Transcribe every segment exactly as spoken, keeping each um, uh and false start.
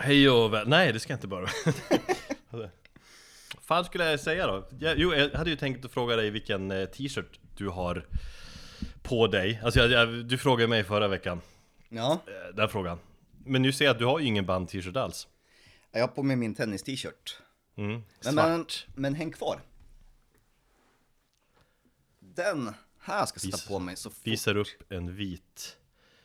Hej och väl... Nej, det ska jag inte bara. Fan skulle jag säga då? Jag, jo, jag hade ju tänkt att fråga dig vilken eh, t-shirt du har på dig. Alltså, jag, jag, du frågade mig förra veckan. Ja. Eh, den frågan. Men nu ser jag att du har ju ingen band-t-shirt alls. Jag har på mig min tennis-t-shirt. Mm, Men, men, men häng kvar. Den här ska sätta Vis, på mig så fort. Visar upp en vit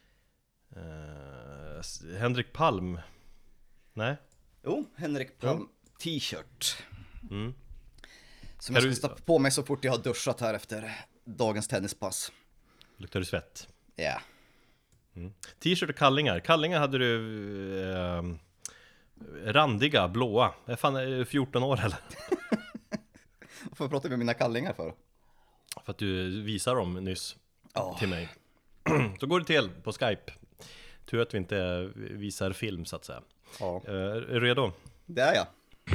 eh, Henrik Palm. Nej. Jo, Henrik Palm t-shirt. Mm. Som jag ska sätta på mig så fort jag har duschat här efter dagens tennispass. Luktar du svett? Ja. Yeah. Mm. T-shirt och kallingar. Kallingar hade du eh, randiga, blåa. Är fan är du fjorton år eller? Vad får jag prata med mina kallingar för? För att du visar dem nyss oh. till mig. Så går det till på Skype. Tur att vi inte visar film så att säga. Ja. eh, Är du redo? Det är jag.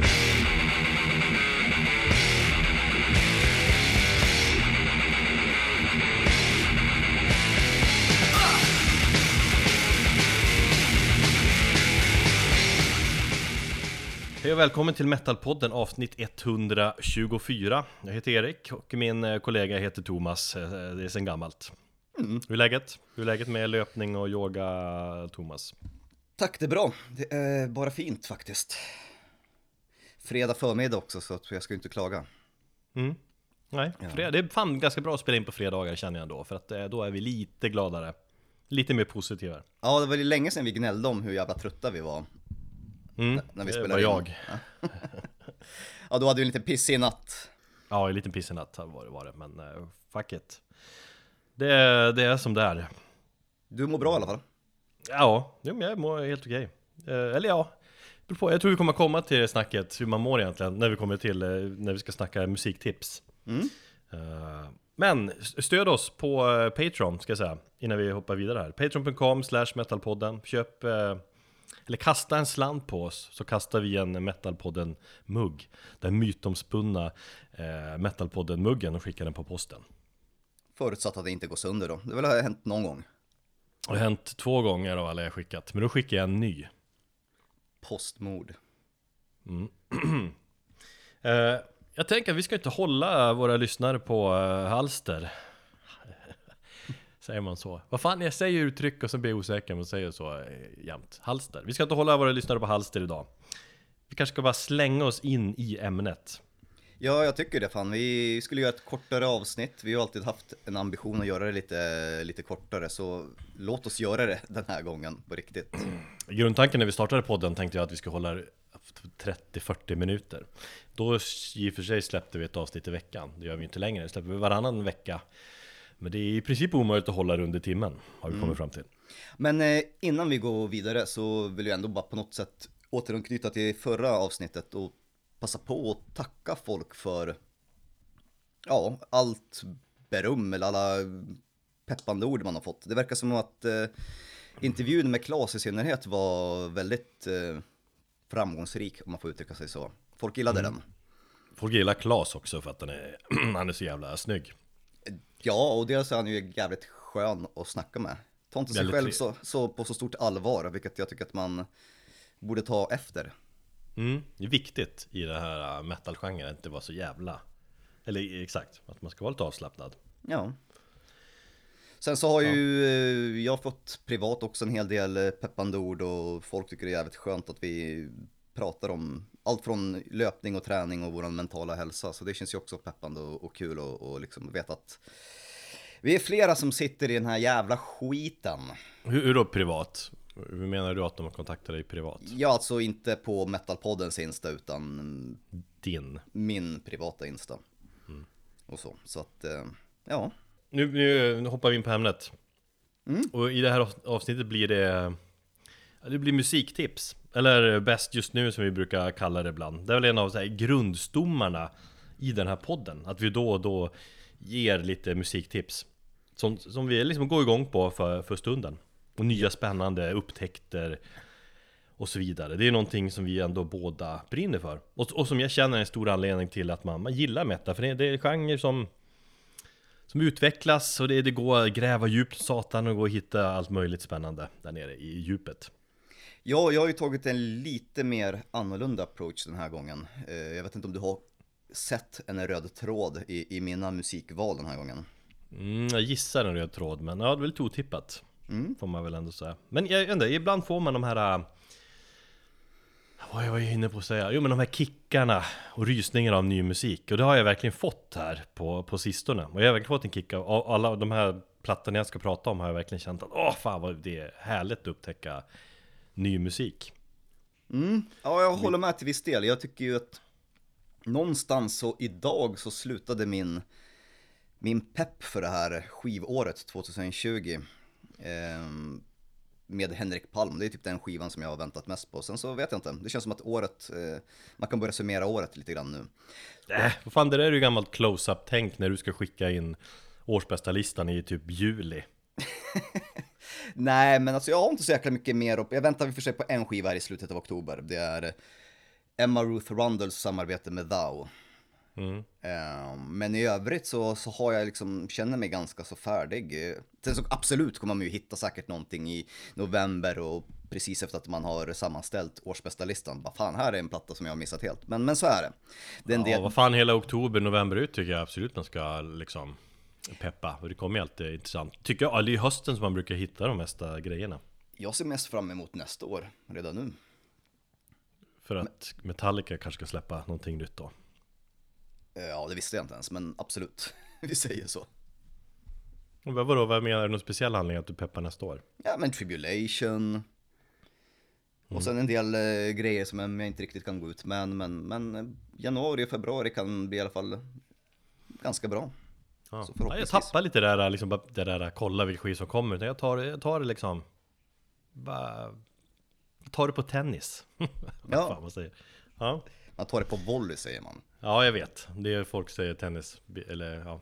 Hej och välkommen till Metalpodden avsnitt etthundratjugofyra. Jag heter Erik och min kollega heter Thomas. Det är sen gammalt. Mm. Hur är läget? Hur är läget med löpning och yoga, Thomas? Tack, det är bra. Det är bara fint faktiskt. Fredag förmiddag också, så jag ska inte klaga. Mm. Nej, fredag, det är fan ganska bra att spela in på fredagar känner jag ändå. För att då är vi lite gladare. Lite mer positiva. Ja, det var länge sedan vi gnällde om hur jävla trötta vi var. Mm, när vi det spelade var jag. Ja. Ja, då hade vi en liten pissig natt. Ja, en liten pissig natt var det, var det. Men uh, fuck it. Det är, det är som det är. Du mår bra i alla fall. Ja, jag mår helt okej. uh, Eller ja, jag tror vi kommer komma till snacket hur man mår egentligen när vi kommer till uh, när vi ska snacka musiktips. Mm. uh, Men stöd oss på uh, Patreon ska jag säga innan vi hoppar vidare här. Patreon punkt com slash metalpodden. Köp uh, eller kasta en slant på oss, så kastar vi en Metalpodden-mugg. Den mytomspunna eh, Metalpodden-muggen och skickar den på posten. Förutsatt att det inte går sönder då. Det väl har hänt någon gång. Det har hänt två gånger av alla jag skickat. Men då skickar jag en ny. Postmord. Mm. eh, jag tänker att vi ska inte hålla våra lyssnare på eh, halster. Säger man så? Vad fan, jag säger uttryck och så blir jag osäker om jag säger så eh, jämt. Halster. Vi ska inte hålla våra lyssnare på halster idag. Vi kanske ska bara slänga oss in i ämnet. Ja, jag tycker det fan. Vi skulle göra ett kortare avsnitt. Vi har alltid haft en ambition att göra det lite, lite kortare. Så låt oss göra det den här gången på riktigt. Grundtanken när vi startade podden tänkte jag att vi skulle hålla trettio till fyrtio minuter. Då i och för sig släppte vi ett avsnitt i veckan. Det gör vi inte längre. Det släpper vi varannan vecka. Men det är i princip omöjligt att hålla under timmen, har vi kommit mm. fram till. Men eh, innan vi går vidare så vill jag ändå bara på något sätt återanknyta till förra avsnittet och passa på att tacka folk för ja, allt beröm eller alla peppande ord man har fått. Det verkar som att eh, intervjun med Claes i synnerhet var väldigt eh, framgångsrik, om man får uttrycka sig så. Folk gillade mm. den. Folk gillar Claes också för att han är, han är så jävla snygg. Ja, och dels är han ju jävligt skön att snacka med. Ta inte sig väldigt själv så, så på så stort allvar, vilket jag tycker att man borde ta efter. Mm, det är viktigt i det här metal-genren att inte vara så jävla... Eller exakt, att man ska vara lite avslappnad. Ja. Sen så har ja. ju jag fått privat också en hel del peppande ord och folk tycker det är jävligt skönt att vi pratar om allt från löpning och träning och vår mentala hälsa. Så det känns ju också peppande och, och kul och, och liksom veta att vi är flera som sitter i den här jävla skiten. Hur, hur då privat? Hur menar du att de kontaktar dig privat? Ja, alltså inte på Metalpoddens Insta utan din. Min privata Insta. Mm. Och så, så att, ja. Nu, nu, nu hoppar vi in på ämnet. Mm. Och i det här avsnittet blir det Det blir musiktips. Eller bäst just nu som vi brukar kalla det ibland. Det är väl en av så här, grundstommarna i den här podden. Att vi då och då ger lite musiktips Som, som vi liksom går igång på för, för stunden. Och nya spännande upptäckter och så vidare. Det är någonting som vi ändå båda brinner för. Och, och som jag känner en stor anledning till att man, man gillar metal. För det, det är genre som, som utvecklas. Och det, det går att gräva djupt satan och gå och hitta allt möjligt spännande där nere i djupet. Ja, jag har ju tagit en lite mer annorlunda approach den här gången. Eh, Jag vet inte om du har sett en röd tråd i, i mina musikval den här gången. Mm, jag gissar en röd tråd, men ja, det är väl lite otippat. Får man väl ändå säga. Men jag vet inte, ibland får man de här... äh, Vad var jag inne på att säga? Jo, men de här kickarna och rysningarna av ny musik. Och det har jag verkligen fått här på, på sistone. Och jag har verkligen fått en kick av av alla de här plattorna jag ska prata om. Har jag verkligen känt att åh fan vad det är härligt att upptäcka ny musik. Mm. Ja, jag håller med till viss del. Jag tycker ju att någonstans så idag så slutade min, min pepp för det här skivåret tjugohundratjugo eh, med Henrik Palm. Det är typ den skivan som jag har väntat mest på. Sen så vet jag inte. Det känns som att året, eh, man kan börja summera året lite grann nu. Äh, vad fan, det där är ju gammalt close-up-tänk när du ska skicka in årsbästa listan i typ juli. Nej, men alltså jag har inte så jäkla mycket mer upp. Jag väntar för sig på en skiva här i slutet av oktober. Det är Emma Ruth Rundles samarbete med Thou. Mm. Um, men i övrigt så, så har jag liksom, känner mig ganska så färdig. Sen så absolut kommer man ju hitta säkert någonting i november och precis efter att man har sammanställt årsbästa listan. Vad fan, här är en platta som jag har missat helt. Men, men så är det. Det är en Ja, del... vad fan, hela oktober, november ut tycker jag absolut man ska liksom peppa. Och det kommer ju alltid intressant. Tycker jag, det är i hösten som man brukar hitta de mesta grejerna. Jag ser mest fram emot nästa år, redan nu. För att Metallica kanske ska släppa någonting nytt då. Ja, det visste jag inte ens, men absolut. Vi säger så. Och vad, vadå, vad menar du? Någon speciell handling att du peppar nästa år? Ja, men Tribulation. Och sen en del eh, grejer som jag inte riktigt kan gå ut med. Men, men eh, januari och februari kan bli i alla fall ganska bra. Ja. Så Ja, jag tappar lite det där, liksom, det där kolla vilka skivor som kommer. Jag tar, jag tar det liksom bara, tar det på tennis. Vad Ja. fan man säger. Ja. Man tar det på volley, säger man. Ja, jag vet. Det är folk säger tennis. Eller ja.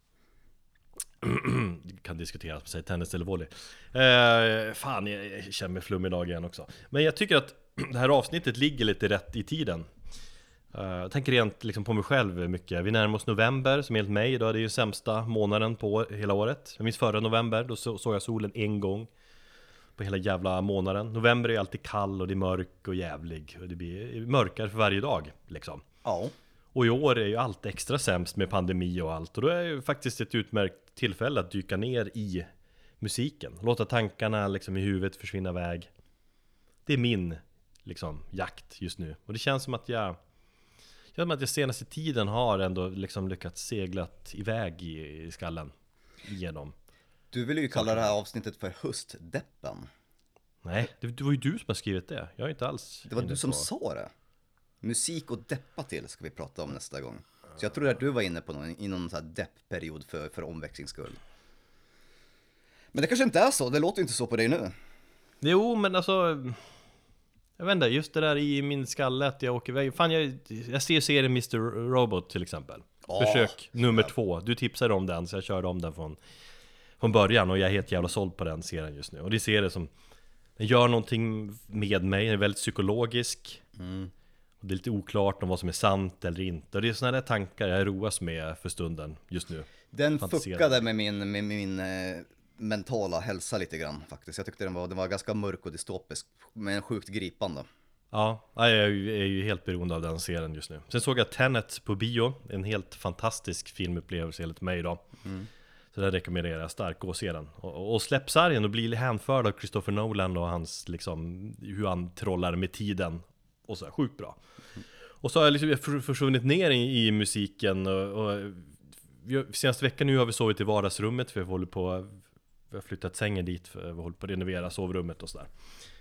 Det kan diskuteras om man säger tennis eller volley. eh, Fan, jag känner mig flum idag igen också. Men jag tycker att det här avsnittet ligger lite rätt i tiden. uh, Jag tänker rent liksom på mig själv mycket. Vi närmar oss november, som enligt mig då är det ju sämsta månaden på hela året. Jag minns förra november, då så, såg jag solen en gång på hela jävla månaden. November är ju alltid kall och det är mörk och jävlig. Och det blir mörkare för varje dag liksom. Ja. Och i år är ju allt extra sämst med pandemi och allt. Och då är det ju faktiskt ett utmärkt tillfälle att dyka ner i musiken. Låta tankarna liksom i huvudet försvinna iväg. Det är min liksom jakt just nu. Och det känns som att jag känns som att jag senaste tiden har ändå liksom lyckats seglat iväg i, i skallen igenom. Du vill ju kalla det här avsnittet för höstdeppen. Nej, det, det var ju du som har skrivit det. Jag är inte alls Det var inne du som på- sa det. Musik och deppa till ska vi prata om nästa gång. Så jag tror att du var inne på någon, i någon sån här deppperiod för, för omväxlings skull. Men det kanske inte är så, det låter ju inte så på dig nu. Jo, men alltså jag vet inte, just det där i min skalle att jag åker iväg. Fan, jag, jag ser serien mister Robot till exempel. Åh, Försök nummer två. Du tipsade om den, så jag körde om den från, från början. Och jag är helt jävla såld på den serien just nu. Och det ser det som, den gör någonting med mig. Den är väldigt psykologisk. Mm. Och det är lite oklart om vad som är sant eller inte. Och det är sådana där tankar jag roas med för stunden just nu. Den Fantiserande. fuckade med min, med min eh, mentala hälsa lite grann faktiskt. Jag tyckte den var, den var ganska mörk och dystopisk, men sjukt gripande. Ja, jag är ju, är ju helt beroende av den serien just nu. Sen såg jag Tenet på bio. En helt fantastisk filmupplevelse enligt mig idag. Mm. Så där rekommenderar jag starkt att se den. Och, och släpp sargen och bli hänförd av Christopher Nolan och hans liksom, hur han trollar med tiden. Och så här, sjukt bra. Och så har jag liksom försvunnit ner i, i musiken. Och, och vi, senaste veckan nu har vi sovit i vardagsrummet. För vi håller på, vi har flyttat sängen dit. För vi håller på att renovera sovrummet och sådär.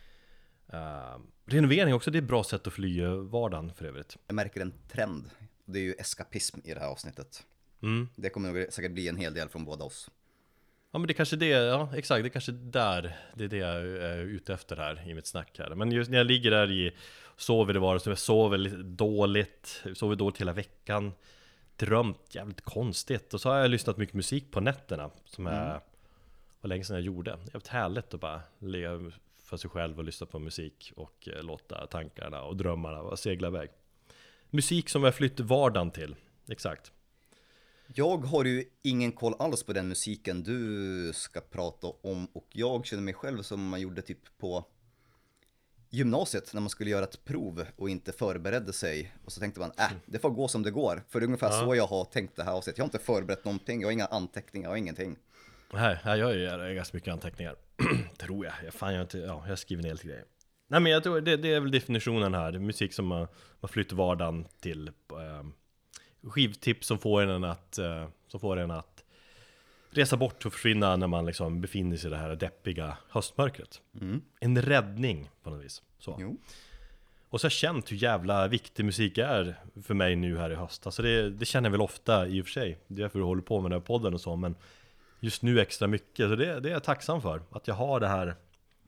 Uh, renovering också, det är ett bra sätt att fly vardagen för övrigt. Jag märker en trend. Det är ju eskapism i det här avsnittet. Mm. Det kommer nog säkert bli en hel del från båda oss. Ja, men det kanske det, ja exakt, det kanske där, det är det jag är ute efter här i mitt snack här. Men just när jag ligger där i, sover i vardagen, så jag sover lite dåligt, sover dåligt hela veckan, drömt jävligt konstigt. Och så har jag lyssnat mycket musik på nätterna, som är, Mm. var länge sedan jag gjorde. Det är jävligt härligt att bara ligga för sig själv och lyssna på musik och eh, låta tankarna och drömmarna vara segla iväg. Musik som jag flytt vardagen till, exakt. Jag har ju ingen koll alls på den musiken du ska prata om, och jag känner mig själv som man gjorde typ på gymnasiet när man skulle göra ett prov och inte förberedde sig. Och så tänkte man, äh, det får gå som det går. För det är ungefär ja. så jag har tänkt det här avsnittet. Jag har inte förberett någonting, jag har inga anteckningar, jag har ingenting. Nej, jag gör ganska mycket anteckningar. Tror jag. Jag, fan, jag, inte, ja, jag skriver ner lite grejer. Nej, men jag tror det, det är väl definitionen här. Musik som man, man flyttar vardagen till. Eh, skivtips som får en att, eh, som får en att resa bort och försvinna när man liksom befinner sig i det här deppiga höstmörkret. Mm. En räddning på något vis. Så. Jo. Och så har jag känt hur jävla viktig musik är för mig nu här i höst. Alltså det, det känner jag väl ofta i och för sig. Det är därför jag håller på med den här podden och så. Men just nu extra mycket. Så det, det är jag tacksam för. Att jag har det här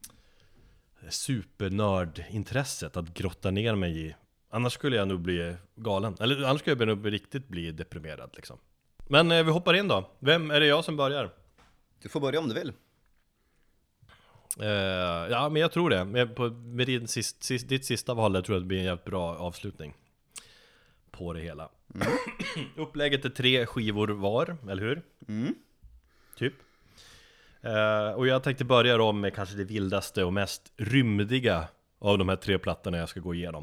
supernördintresset att grotta ner mig i. Annars skulle jag nog bli galen. Eller annars skulle jag nog riktigt bli deprimerad liksom. Men eh, vi hoppar in då. Vem är det jag som börjar? Du får börja om du vill. Uh, ja, men jag tror det. Med, på, med din sist, sist, ditt sista val jag tror jag det blir en jävligt bra avslutning på det hela. Mm. Upplägget är tre skivor var, eller hur? Mm. Typ. Uh, och jag tänkte börja då med kanske det vildaste och mest rymdiga av de här tre plattorna jag ska gå igenom.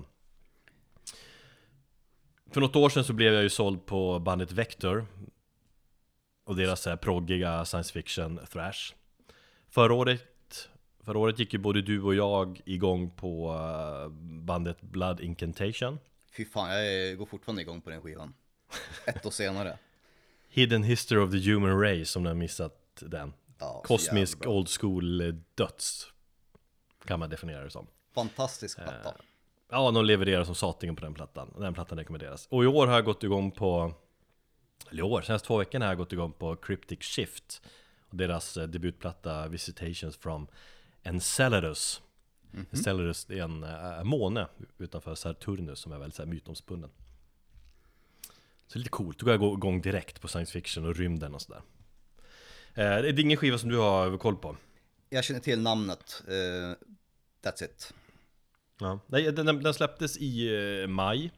För något år sedan så blev jag ju såld på bandet Vector och deras så här proggiga science fiction thrash. Förra året, förra året gick ju både du och jag igång på bandet Blood Incantation. Fy fan, jag går fortfarande igång på den skivan. Ett år senare. Hidden History of the Human Race, om ni har missat den. Ja, kosmisk old school döds kan man definiera det som. Fantastisk platta. Eh, ja, de levererar som satingen på den plattan. Den plattan rekommenderas. Och i år har jag gått igång på, eller i år, senaste två veckorna har jag gått igång på Cryptic Shift. Och deras debutplatta Visitations from Enceladus. Mm-hmm. Enceladus är en äh, måne utanför Saturnus som är väldigt så här mytomspunnen. Så lite coolt, då går jag gå igång direkt på science fiction och rymden och sådär. Eh, det är ingen skiva som du har koll på? Jag känner till namnet, uh, that's it. Ja. Den, den släpptes i uh, maj.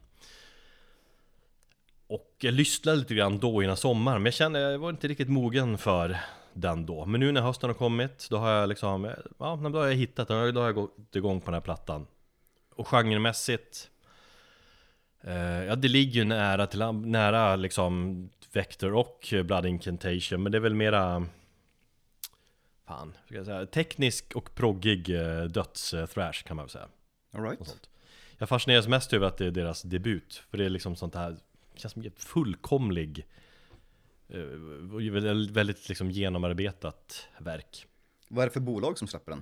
Och jag lyssnade lite grann då innan sommaren, men jag kände jag var inte riktigt mogen för den då. Men nu när hösten har kommit, då har jag liksom, ja, då har jag hittat den, då har jag gått igång på den här plattan. Och genremässigt, eh, ja, det ligger ju nära, till, nära liksom Vector och Blood Incantation, men det är väl mera, fan, ska jag säga, teknisk och proggig eh, döds-thrash kan man väl säga. All right. Jag fascineras mest över att det är deras debut, för det är liksom sånt här, det känns som ett fullkomlig, väldigt, väldigt liksom genomarbetat verk. Vad är det för bolag som släpper den?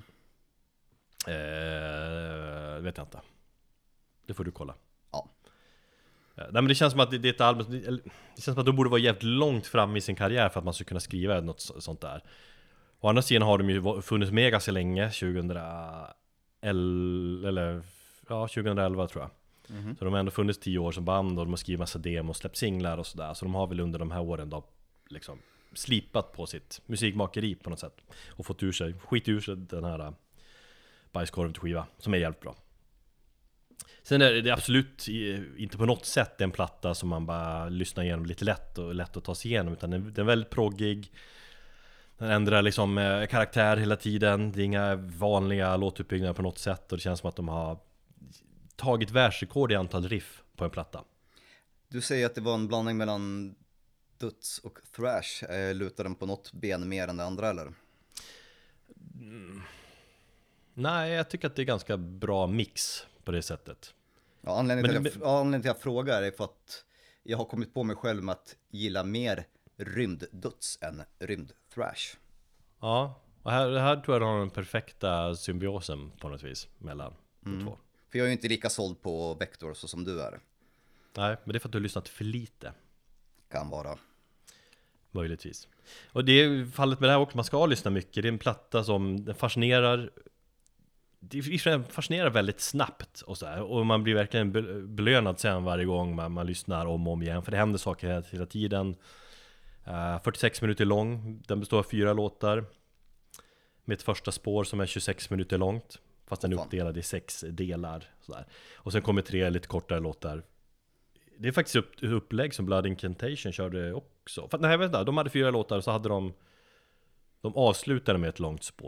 Eh, vet jag inte. Det får du kolla. Ja. Nej, men det känns som att det, det är ett album, det känns som att de borde vara jävligt långt fram i sin karriär för att man ska kunna skriva något sånt där. Å andra sidan har de ju funnits med ganska länge, tjugohundraelva, eller ja, tjugohundraelva tror jag. Mm-hmm. Så de har ändå funnits tio år som band och de har skrivit massa demo och släppt singlar och sådär. Så de har väl under de här åren då liksom slipat på sitt musikmakeri på något sätt och fått ur sig, skit ur sig den här bajskorven till skiva som är jävligt bra. Sen är det absolut inte på något sätt en platta som man bara lyssnar igenom lite lätt och lätt att ta sig igenom, utan den är väldigt proggig. Den ändrar liksom karaktär hela tiden. Det är inga vanliga låtuppbyggnader på något sätt och det känns som att de har tagit världsrekord i antal riff på en platta. Du säger att det var en blandning mellan döds och thrash. Lutar den på något ben mer än det andra eller? Mm. Nej, jag tycker att det är ganska bra mix på det sättet. Ja, anledningen, Men, till, jag, anledningen till att jag frågar är för att jag har kommit på mig själv med att gilla mer rymddöds än rymdthrash. Ja, och här, här tror jag de har den perfekta symbiosen på något vis mellan mm. de två. För jag är ju inte lika såld på Vector så som du är. Nej, men det är för att du har lyssnat för lite. Kan vara. Möjligtvis. Och det är fallet med det här också, man ska lyssna mycket. Det är en platta som den fascinerar. Det fascinerar väldigt snabbt och så här. Och man blir verkligen belönad sen varje gång man, man lyssnar om och om igen. För det händer saker hela, hela tiden. uh, fyrtiosex minuter lång. Den består av fyra låtar med ett första spår som är tjugosex minuter långt. Fast den är uppdelad i sex delar så där. Och sen kommer tre lite kortare låtar. Det är faktiskt upp, upplägg som Blood Incantation körde också. För, nej, jag vet inte, de hade fyra låtar och så hade de de avslutade med ett långt spår, va?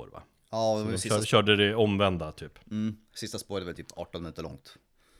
Ja, de sista, kör, körde det omvända typ. mm, sista spåret är väl typ arton minuter långt.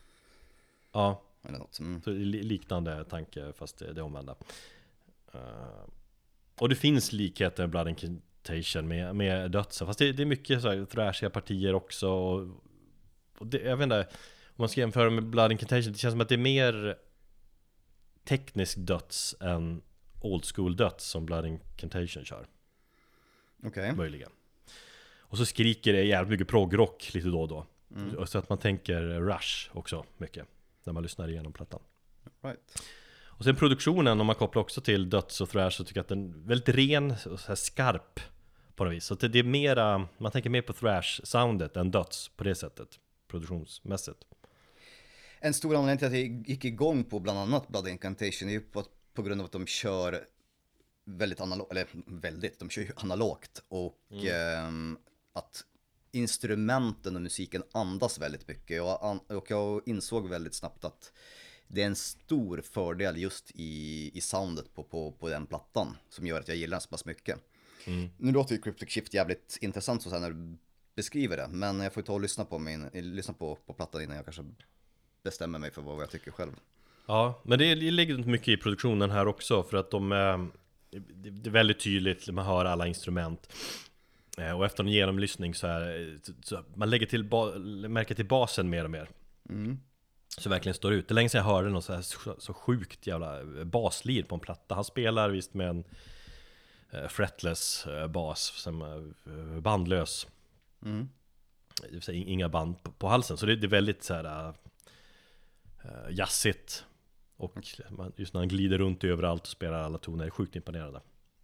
Ja, Eller något. Mm. så li- liknande tanke fast det, det omvända. Uh, och det finns likheter med Blood Incantation med, med dödsen. Fast det, det är mycket så här thrashiga partier också. Och, och det, jag vet inte, om man ska jämföra med Blood Incantation, det känns som att det är mer teknisk döds än old school döds som Blood Incantation kör. Okej. Okay. Möjligen. Och så skriker det jävligt mycket proggrock lite då och då. Mm. Så att man tänker Rush också mycket när man lyssnar igenom plattan. Right. Och sen produktionen, om man kopplar också till döds och thrash, så tycker jag att den är väldigt ren och så här skarp på något vis. Så det är mera, man tänker mer på thrash-soundet än döds på det sättet, produktionsmässigt. En stor anledning till att jag gick igång på bland annat Blood Incantation är ju på, på grund av att de kör väldigt analogt, eller väldigt, de kör ju analogt och mm. eh, att instrumenten och musiken andas väldigt mycket och, och jag insåg väldigt snabbt att det är en stor fördel just i, i soundet på, på, på den plattan som gör att jag gillar den så pass mycket. Mm. Nu låter ju Cryptic Shift jävligt intressant så sen när du beskriver det, men jag får ta och lyssna på, min, lyssna på, på plattan innan jag kanske bestämmer mig för vad jag tycker själv. Ja, men det ligger inte mycket i produktionen här också, för att de det är väldigt tydligt, man hör alla instrument. Och efter en genomlyssning så är så man lägger till märker till basen mer och mer. Mm. Så verkligen står ut. Det är länge sedan jag hörde något så här så sjukt jävla baslir på en platta. Han spelar visst med en fretless bas som bandlös. Mm. Det vill säga inga band på, på halsen. Så det, det är väldigt så här uh, jazzigt. Och man, just när han glider runt överallt och spelar alla toner, är sjukt imponerande.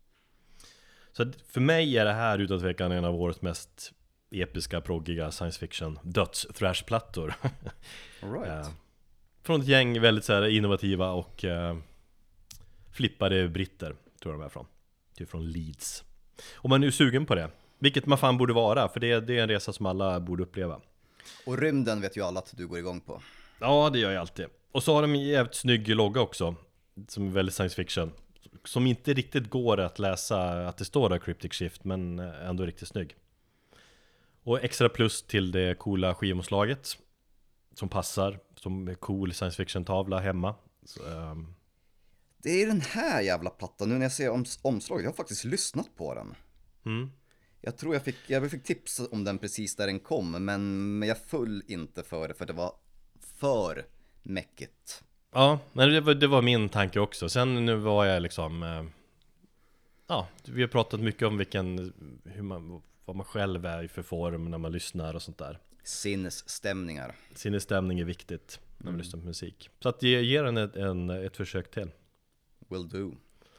Så för mig är det här utan tvekan en av årets mest episka, proggiga science fiction döds-thrash-plattor. All right. uh, Från ett gäng väldigt så här innovativa och uh, flippade britter, tror jag de är från. Typ från Leeds. Om man är sugen på det, vilket man fan borde vara, för det, det är en resa som alla borde uppleva. Och rymden vet ju alla att du går igång på. Ja, det gör jag alltid. Och så har de en jävligt snygg logga också, som är väldigt science fiction, som inte riktigt går att läsa att det står där Cryptic Shift, men ändå riktigt snygg. Och extra plus till det coola skivomslaget som passar som cool science fiction tavla hemma. Så, um... det är den här jävla plattan, nu när jag ser oms- omslaget, jag har faktiskt lyssnat på den. Mm. Jag tror jag fick, jag fick tips om den precis där den kom, men jag föll inte för det, för det var för mäckigt. Ja, men det var, det var min tanke också. Sen nu var jag liksom eh, ja, vi har pratat mycket om vilken hur man, vad man själv är i för form när man lyssnar och sånt där. Sinnesstämningar. Sinnesstämning är viktigt när man mm. lyssnar på musik. Så att ge, ge den ett, en, ett försök till. Will do.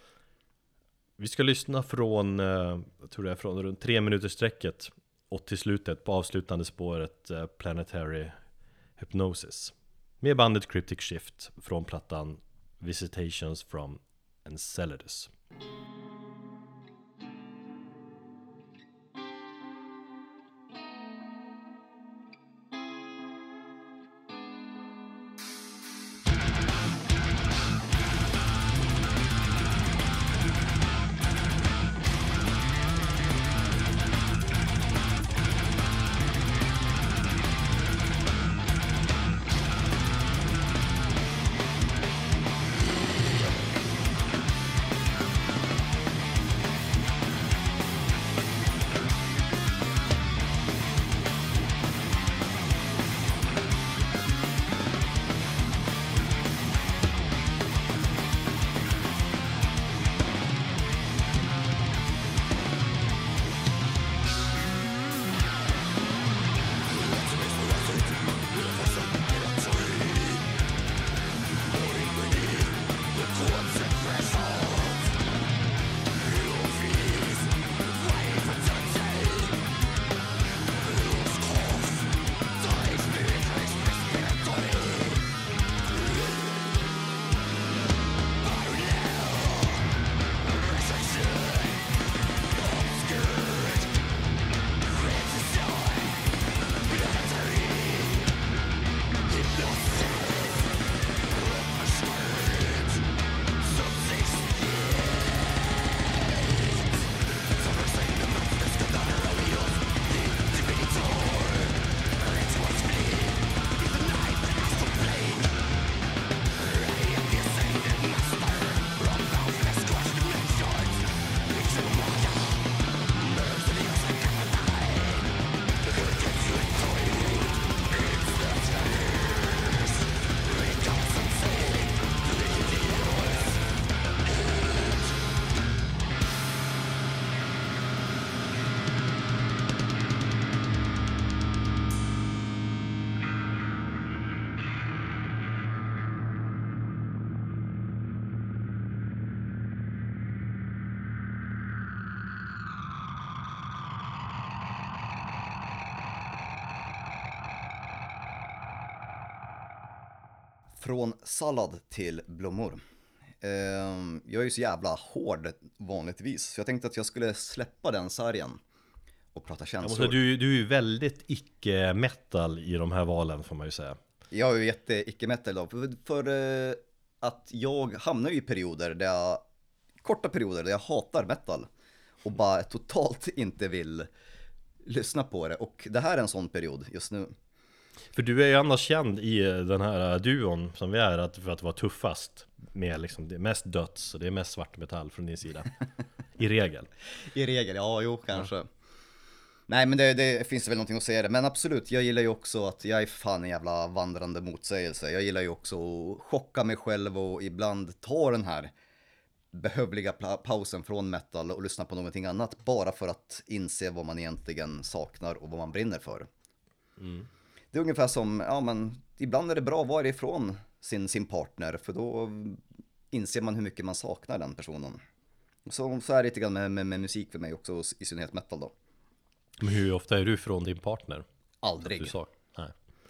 Vi ska lyssna från, eh, jag tror det är från runt tre minuters sträcket och till slutet på avslutande spåret eh, Planetary Hypnosis. Med bandet Cryptic Shift från plattan Visitations from Enceladus. Från sallad till blommor. Ehm, Jag är ju så jävla hård vanligtvis, så jag tänkte att jag skulle släppa den sargen och prata Jag känslor. måste, du, du är ju väldigt icke-metal i de här valen får man ju säga. Jag är ju jätte icke-metal idag, för, för eh, att jag hamnar ju i perioder där jag, korta perioder där jag hatar metal och bara totalt inte vill lyssna på det, och det här är en sån period just nu. För du är ju annars känd i den här duon som vi är att, för att vara tuffast med liksom det är mest döds och det är mest svart metall från din sida. I regel. I regel, ja, jo, kanske. Ja. Nej, men det, det finns väl någonting att säga det. Men absolut, jag gillar ju också att jag är fan en jävla vandrande motsägelse. Jag gillar ju också att chocka mig själv och ibland ta den här behövliga pausen från metal och lyssna på någonting annat. Bara för att inse vad man egentligen saknar och vad man brinner för. Mm. Det är ungefär som, ja men, ibland är det bra att vara ifrån sin, sin partner. För då inser man hur mycket man saknar den personen. Så, så är det lite grann med, med, med musik för mig också, i synnerhet metal då. Men hur ofta är du från din partner? Aldrig. Du sa, nej.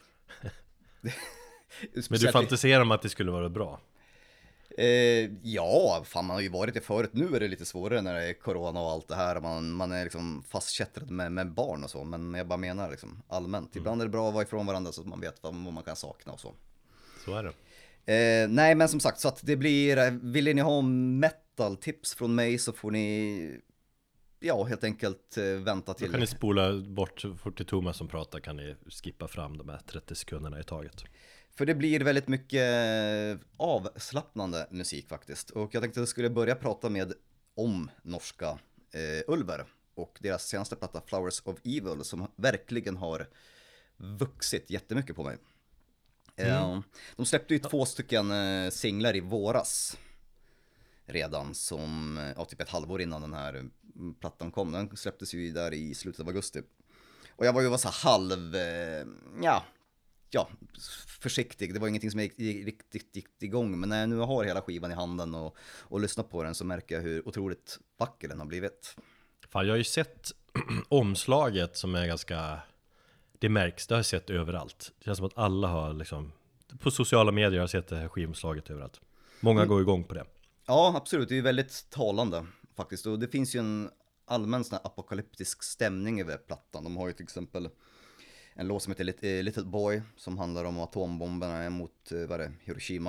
Men du fantiserar om att det skulle vara bra? Eh, ja, fan man har ju varit det förut. Nu är det lite svårare när det är corona och allt det här. Man, man är liksom fastkättrad med, med barn och så. Men jag bara menar liksom allmänt. Ibland är det bra att vara ifrån varandra så att man vet vad, vad man kan sakna och så. Så är det. Eh, nej, men som sagt, så att det blir, vill ni ha metal-tips från mig så får ni, ja, helt enkelt eh, vänta till. Då kan ni spola bort, fort till Thomas som pratar kan ni skippa fram de här trettio sekunderna i taget. För det blir väldigt mycket avslappnande musik faktiskt. Och jag tänkte att jag skulle börja prata med om norska eh, Ulver och deras senaste platta Flowers of Evil som verkligen har vuxit jättemycket på mig. Mm. Eh, de släppte ju två stycken eh, singlar i våras redan som, ja, typ ett halvår innan den här plattan kom. Den släpptes ju där i slutet av augusti. Och jag var ju var så halv, eh, ja, ja, försiktig. Det var ingenting som gick riktigt gick igång. Men när jag nu har hela skivan i handen och, och lyssnar på den så märker jag hur otroligt vacker den har blivit. Fan, jag har ju sett omslaget som är ganska, det märks, det har jag sett överallt. Det känns som att alla har liksom, på sociala medier har jag sett det här skivomslaget överallt. Många mm. går igång på det. Ja, absolut. Det är ju väldigt talande faktiskt. Och det finns ju en allmän sån här apokalyptisk stämning över plattan. De har ju till exempel en låt som heter Little Boy som handlar om atombomberna mot vad är det, Hiroshima.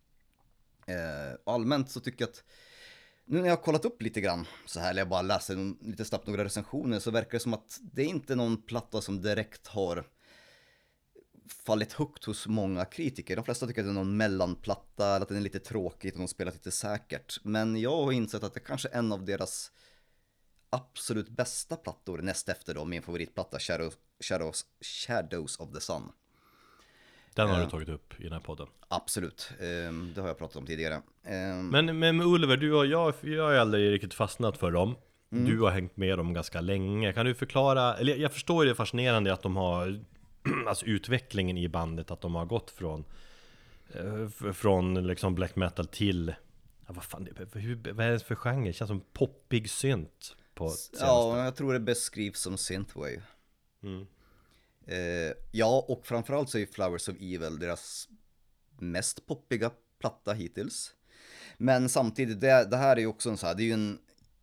Eh, allmänt så tycker jag att nu när jag har kollat upp lite grann så här, eller jag bara läser lite snabbt några recensioner, så verkar det som att det är inte någon platta som direkt har fallit högt hos många kritiker. De flesta tycker att det är någon mellanplatta eller att den är lite tråkigt och de spelat lite säkert. Men jag har insett att det kanske är en av deras absolut bästa plattor näst efter då min favoritplatta Shadows, Shadows, Shadows of the Sun. Den har uh, du tagit upp i den här podden. Absolut, um, det har jag pratat om tidigare. Um, men, men med Ulver, du och jag, jag har aldrig riktigt fastnat för dem. Mm. Du har hängt med dem ganska länge. Kan du förklara, eller jag förstår ju det fascinerande att de har, alltså utvecklingen i bandet, att de har gått från eh, från liksom black metal till, ja, vad fan, hur, vad är det för genre? Det känns som poppig synt. Ja, jag tror det beskrivs som synthwave. Mm. Eh, ja, och framförallt så är Flowers of Evil deras mest poppiga platta hittills. Men samtidigt, det, det här är ju också en så här, det är ju en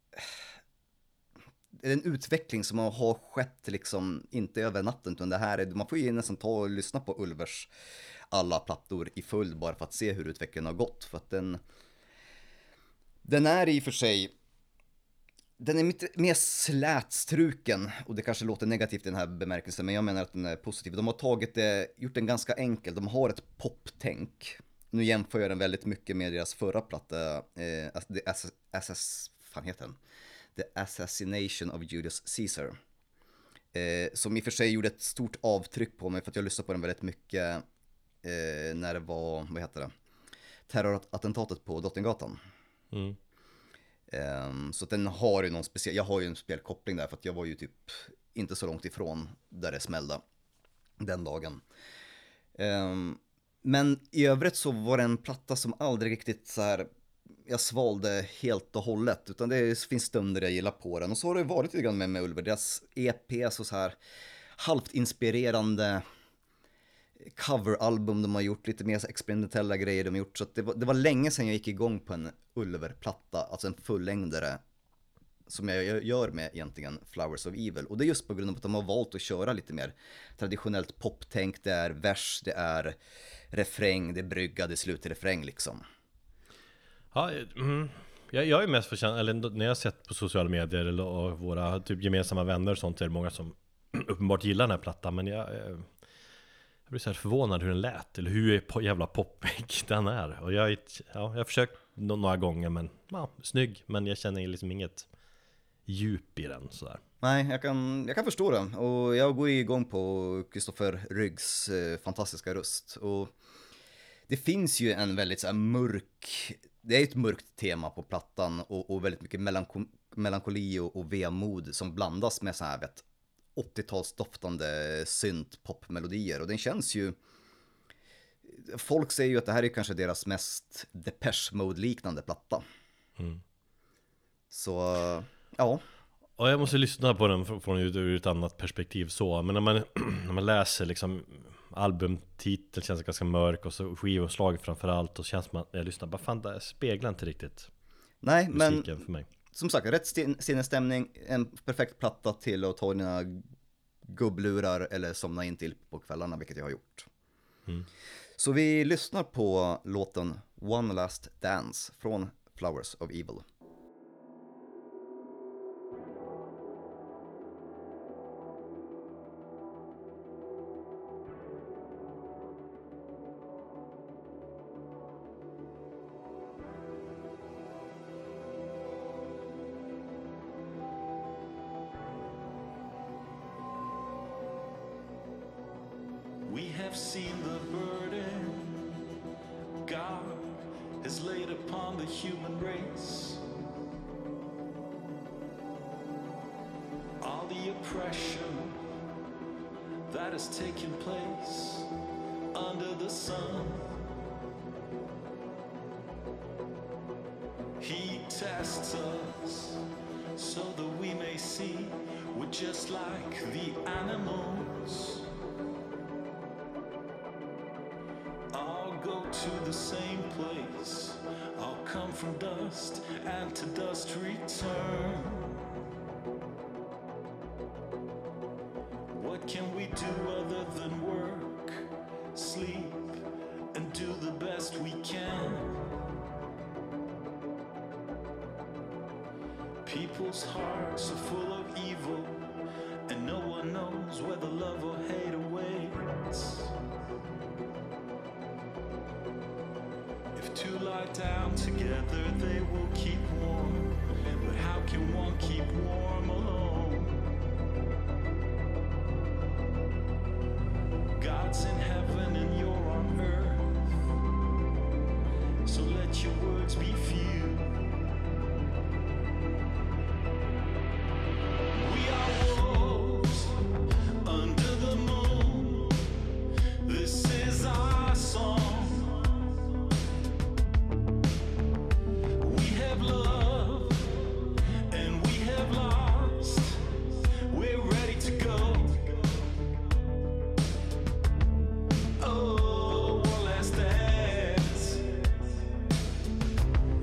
en utveckling som har skett liksom inte över natten, utan det här är, man får ju nästan ta och lyssna på Ulvers alla plattor i följd bara för att se hur utvecklingen har gått. För att den den är i och för sig, den är lite mer slätstruken, och det kanske låter negativt i den här bemärkelsen, men jag menar att den är positiv. De har tagit det, gjort den ganska enkel, de har ett poptänk. Nu jämför jag den väldigt mycket med deras förra platta, eh, The Ass- Ass- fan heter den? The Assassination of Julius Caesar. Eh, som i och för sig gjorde ett stort avtryck på mig, för att jag lyssnade på den väldigt mycket eh, när det var, vad heter det? Terrorattentatet på Drottninggatan. Mm. Um, så att den har ju någon speciell, jag har ju en spelkoppling där för att jag var ju typ inte så långt ifrån där det smällde den dagen. Um, men i övrigt så var det en platta som aldrig riktigt så här, jag svalde helt och hållet, utan det finns stunder jag gillar på den. Och så har det varit lite grann med, med Ulver, deras E P så, så här halvt inspirerande coveralbum de har gjort, lite mer så experimentella grejer de har gjort. Så att det, var, det var länge sedan jag gick igång på en Ulver-platta, alltså en fullängdare som jag gör med egentligen Flowers of Evil. Och det är just på grund av att de har valt att köra lite mer traditionellt poptänk. Det är vers, det är refräng, det är brygga, det är slutrefräng liksom. Ja, mm. jag, jag är mest förtjänad, eller när jag har sett på sociala medier eller och våra typ gemensamma vänner och sånt, är det många som uppenbart gillar den här plattan. Men jag, jag, jag blir så här förvånad hur den lät, eller hur på jävla poppig den är. Och jag, ja, jag har försökt några gånger, men ja, snygg, men jag känner liksom inget djup i den sådär. Nej, jag kan, jag kan förstå det. Och jag går igång på Kristoffer Ryggs eh, fantastiska röst. Och det finns ju en väldigt så här mörk, det är ett mörkt tema på plattan och, och väldigt mycket melanko, melankoli och, och vemod som blandas med så här vet, åttiotalsdoftande synt popmelodier. Och den känns ju, folk säger ju att det här är kanske deras mest Depeche Mode-liknande platta. Mm. Så, ja. Och jag måste lyssna på den från ur ett annat perspektiv så. Men när man, när man läser liksom albumtiteln känns ganska mörk och så skivomslag framförallt, och känns man, jag lyssnar bara, fan det speglar inte riktigt. Nej, men för mig. Som sagt, rätt sinnesstämning, en perfekt platta till att ta dina gubblurar eller somna in till på kvällarna, vilket jag har gjort. Mm. Så vi lyssnar på låten One Last Dance från Flowers of Evil. We have seen the burden God has laid upon the human race. All the oppression that has taken place under the sun. He tests us so that we may see we're just like the animals. To the same place, I'll come from dust and to dust return. What can we do other than work, sleep, and do the best we can? People's hearts are full of evil, and no one knows whether love or hate awaits. Two lie down together, they will keep warm. But how can one keep warm alone? God's in heaven and you're on earth, so let your words be few. We are wolves under the moon. This is our song. Love and we have lost. We're ready to go. Oh, one last dance.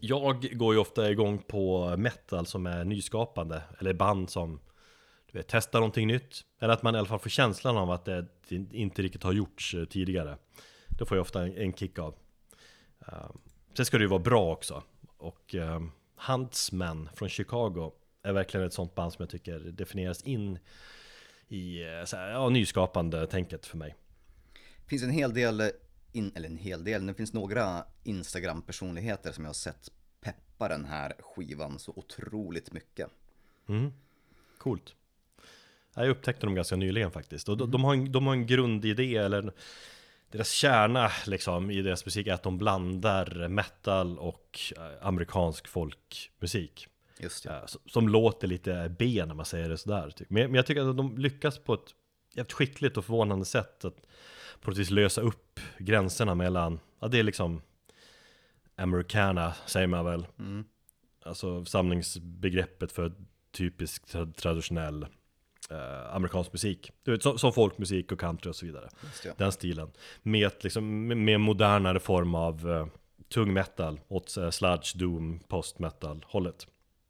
Jag går ju ofta igång på metal som är nyskapande, eller band som du vet, testar någonting nytt, eller att man i alla fall får känslan av att det inte riktigt har gjorts tidigare. Då får jag ofta en kick av. Sen ska det ju vara bra också. Och Huntsman från Chicago är verkligen ett sånt band som jag tycker definieras in i så här, ja, nyskapande tänket för mig. Det finns en hel del, in, eller en hel del, det finns några Instagram-personligheter som jag har sett peppa den här skivan så otroligt mycket. Mm. Coolt. Jag upptäckte dem ganska nyligen faktiskt. Och de, de, har en, de har en grundidé, eller deras kärna liksom, i deras musik är att de blandar metal och amerikansk folkmusik. Just det. Som låter lite B när man säger det sådär. Men jag tycker att de lyckas på ett jävligt skickligt och förvånande sätt att på något vis lösa upp gränserna mellan, ja det är liksom Americana säger man väl. Mm. Alltså samlingsbegreppet för typisk traditionell eh, amerikansk musik. Du vet, som, som folkmusik och country och så vidare. Den stilen. Med, liksom, med en modernare form av eh, tung metal åt eh, sludge, doom, post metal hållet.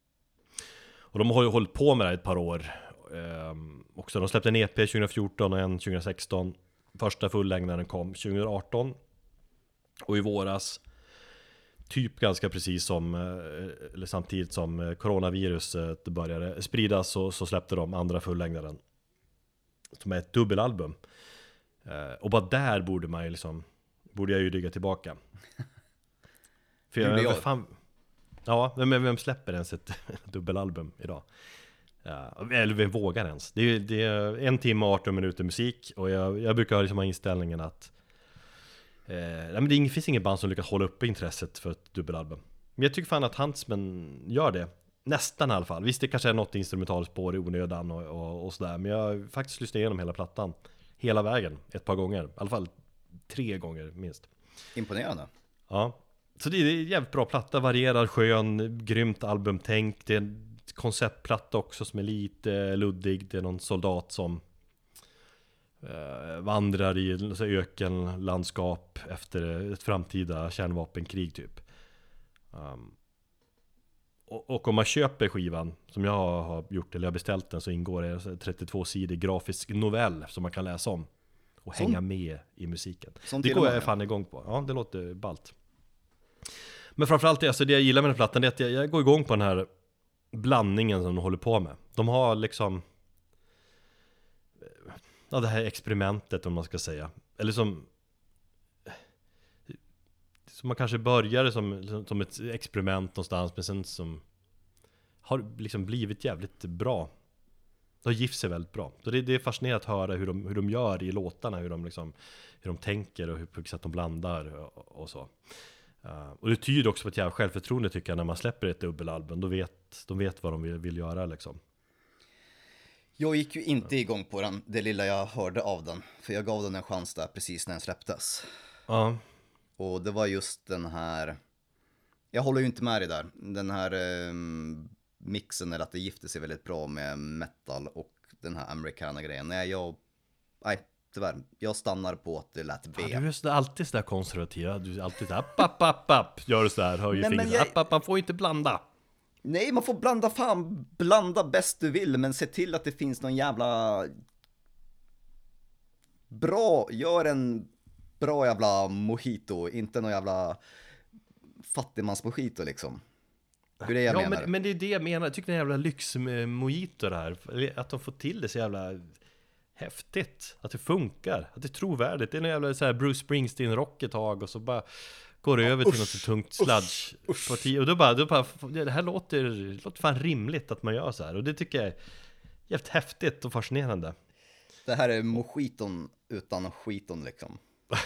Och de har ju hållit på med det ett par år eh, också. De släppte en E P tjugo fjorton och en tjugo sexton. Första fullängdaren kom tjugo arton. Och i våras, typ ganska precis som, eller samtidigt som coronaviruset började spridas, så, så släppte de andra fullängdaren. Som är ett dubbelalbum. Och bara där borde man ju liksom, borde jag ju rygga tillbaka. För jag, jag. Fan, ja, men vem släpper ens ett dubbelalbum idag? Ja, eller vem vågar ens? Det är, det är en timme och arton minuter musik. Och jag, jag brukar liksom ha inställningen att eh, nej, men det finns ingen band som lyckas hålla uppe intresset för ett dubbelalbum. Men jag tycker fan att Huntsman gör det. Nästan i alla fall. Visst, det kanske är något instrumentalspår i onödan och, och, och sådär. Men jag har faktiskt lyssnat igenom hela plattan. Hela vägen, ett par gånger. I alla fall tre gånger minst. Imponerande. Ja, så det är en jävligt bra platta. Varierad, skön, grymt albumtänk. Det är en konceptplatta också som är lite luddig. Det är någon soldat som eh, vandrar i ökenlandskap efter ett framtida kärnvapenkrig typ. Um, och, och om man köper skivan, som jag har gjort, eller jag har beställt den, så ingår det en trettiotvå-sidig grafisk novell som man kan läsa om och Sån, hänga med i musiken. Det går jag fan igång på. Ja, det låter ballt. Men framförallt det, alltså det jag gillar med den plattan är att jag, jag går igång på den här blandningen som de håller på med. De har liksom, ja, det här experimentet om man ska säga. Eller som som man kanske började som, som ett experiment någonstans, men sen som har liksom blivit jävligt bra. Det har gift sig väldigt bra. Så det, det är fascinerande att höra hur de, hur de gör i låtarna, hur de, liksom, hur de tänker och hur på vilket sätt de blandar och, och så. Uh, och det tyder också på ett jävla självförtroende tycker jag när man släpper ett dubbelalbum. Då vet, de vet vad de vill, vill göra liksom. Jag gick ju inte igång på den, det lilla jag hörde av den. För jag gav den en chans där precis när den släpptes. Ja. Uh. Och det var just den här, jag håller ju inte med dig där, den här eh, mixen, eller att det gifter sig väldigt bra med metal och den här americana-grejen. Nej, jag, nej, tyvärr, jag stannar på att det lät B. Ja, du är så, alltid sådär konservativ, du är alltid sådär, app, app, app, app, gör du sådär, höjer fingret, jag... app, app, man får inte blanda. Nej, man får blanda, fan, blanda bäst du vill, men se till att det finns någon jävla bra, gör en bra jävla mojito, inte någon jävla fattigmans-mojito liksom. Hur är det jag ja, menar? Men, men det är det jag menar, jag tycker det är en jävla lyx-mojito det här. Att de får till det så jävla häftigt. Att det funkar, att det är trovärdigt. Det är en jävla så här Bruce Springsteen-rock ett tag och så bara går det ja, över usch, till något så tungt sludge. Och då bara, då bara, det här låter, det låter fan rimligt att man gör så här. Och det tycker jag är jävligt häftigt och fascinerande. Det här är mojiton utan skiton liksom.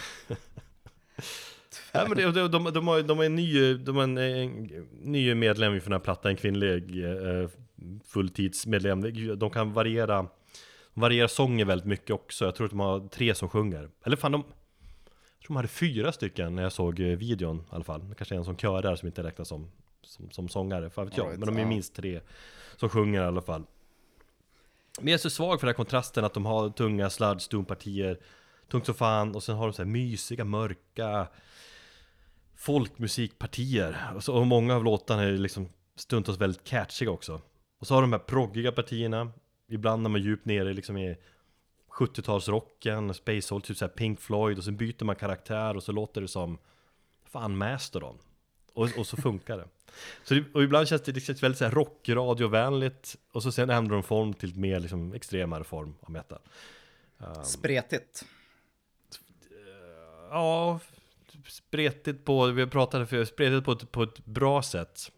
Ja, men det, de, de, de, har, de har en ny, de har en, en ny medlem i den här plattan, en kvinnlig eh, fulltidsmedlem. De kan variera variera sånger väldigt mycket också. Jag tror att de har tre som sjunger. Eller fan, de, jag tror de hade fyra stycken när jag såg videon i alla fall. Det kanske är en som körar som inte räknas som, som, som sångare, för vet jag. Men de är minst tre som sjunger i alla fall. Men jag är så svag för den här kontrasten att de har tunga sludge, doom-partier, tungt så fan, och sen har de så här mysiga, mörka, folkmusikpartier. Och, så, och många av låtarna är liksom stundtals väldigt catchiga också. Och så har de här proggiga partierna. Ibland när man djupt nere liksom i sjuttiotalsrocken, Spacehold, typ så här Pink Floyd. Och sen byter man karaktär och så låter det som fan Mastodon. Och, och så funkar det. Så det, och ibland känns det, det känns väldigt så här rockradiovänligt. Och så sen ändrar de form till mer liksom extremare form av metal. Um, Spretigt. Ja, spretigt på, vi pratade för spretigt på ett, på ett bra sätt.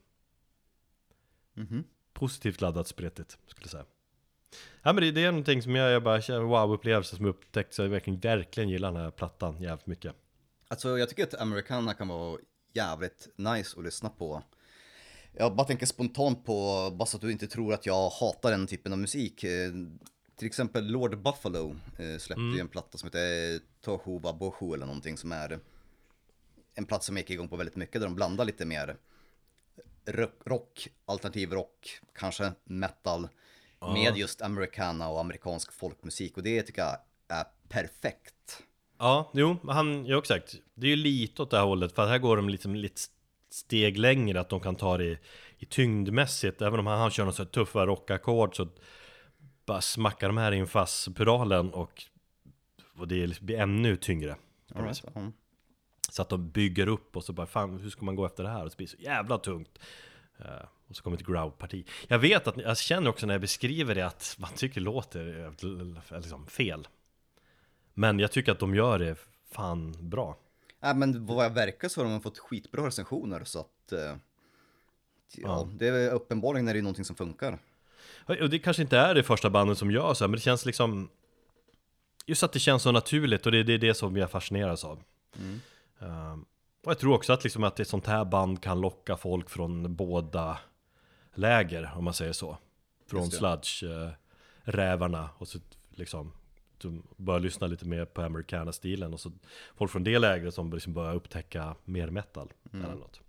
Mhm. Positivt laddat spretigt, skulle jag säga. Ja, men det, det är någonting som jag, jag bara känner wow-upplevelse som upptäckt, så jag verkligen, verkligen gillar den här plattan jävligt mycket. Alltså jag tycker att Americana kan vara jävligt nice att lyssna på. Jag bara tänker spontant på, bara så att du inte tror att jag hatar den typen av musik. Eh, Till exempel Lord Buffalo eh, släppte Mm. ju en platta som heter Tohu Wabohu eller någonting, som är en platta som jag gick igång på väldigt mycket, där de blandar lite mer rock, rock alternativ rock, kanske metal, Ja. med just Americana och amerikansk folkmusik, och det tycker jag är perfekt. Ja, jo, han, ja exakt. Det är ju lite åt det här hållet, för att här går de liksom lite steg längre, att de kan ta det i, i tyngdmässigt. Även om han, han kör något så här tuffa rockackord, så bara smackar de här in fast pedalen och, och det liksom blir ännu tyngre. All right. Ja. Så att de bygger upp och så bara, fan, hur ska man gå efter det här? Och så blir det så jävla tungt. Uh, och så kommer det till growl-parti. Jag vet att, jag känner också när jag beskriver det att man tycker låter uh, liksom fel. Men jag tycker att de gör det fan bra. Ja, men vad jag verkar så har de fått skitbra recensioner, så att eh, ja, Ja. det är uppenbarligen är det någonting som funkar. Och det kanske inte är det första bandet som gör så här, men det känns liksom, just att det känns så naturligt, och det, det är det som jag fascineras av. Mm. Um, och jag tror också att, liksom, att ett sånt här band kan locka folk från båda läger, om man säger så. Från Just det. sludge-rävarna, och så liksom de börjar lyssna lite mer på Americana-stilen, och så folk från det lägret som liksom börjar upptäcka mer metal Mm. eller något.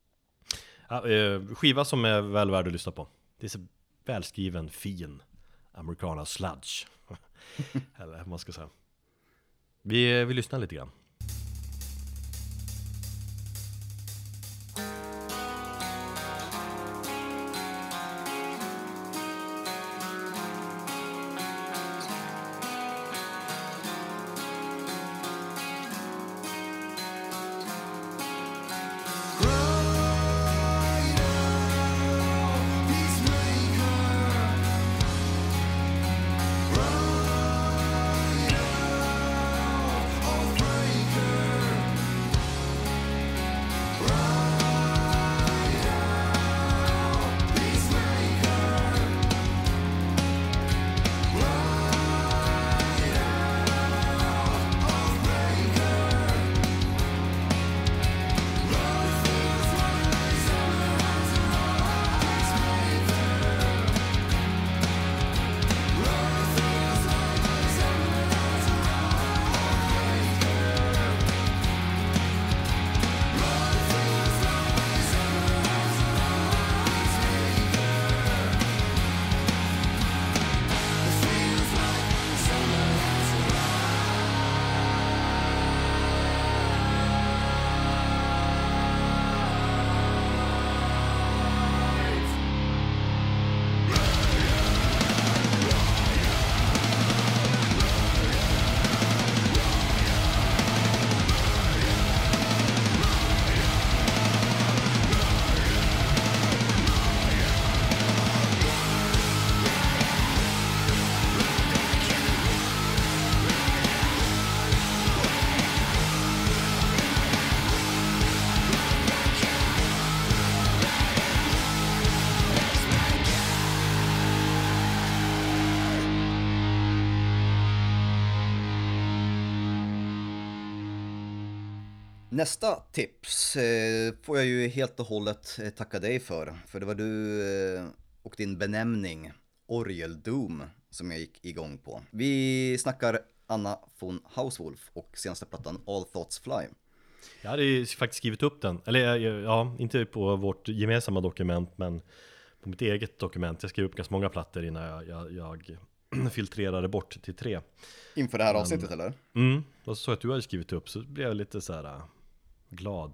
Ja, eh, skiva som är väl värd att lyssna på. Det är så välskriven, fin Americana sludge. Eller vad man ska säga. Vi, vi lyssnar lite grann. Nästa tips eh, får jag ju helt och hållet eh, tacka dig för. För det var du eh, och din benämning Orgeldoom som jag gick igång på. Vi snackar Anna von Hauswolf och senaste plattan All Thoughts Fly. Jag hade faktiskt skrivit upp den. Eller ja, inte på vårt gemensamma dokument, men på mitt eget dokument. Jag skrev upp ganska många plattor innan jag, jag, jag filtrerade bort till tre. Inför det här avsnittet eller? Mm, och så såg jag att du hade skrivit upp, så blev jag lite så här glad.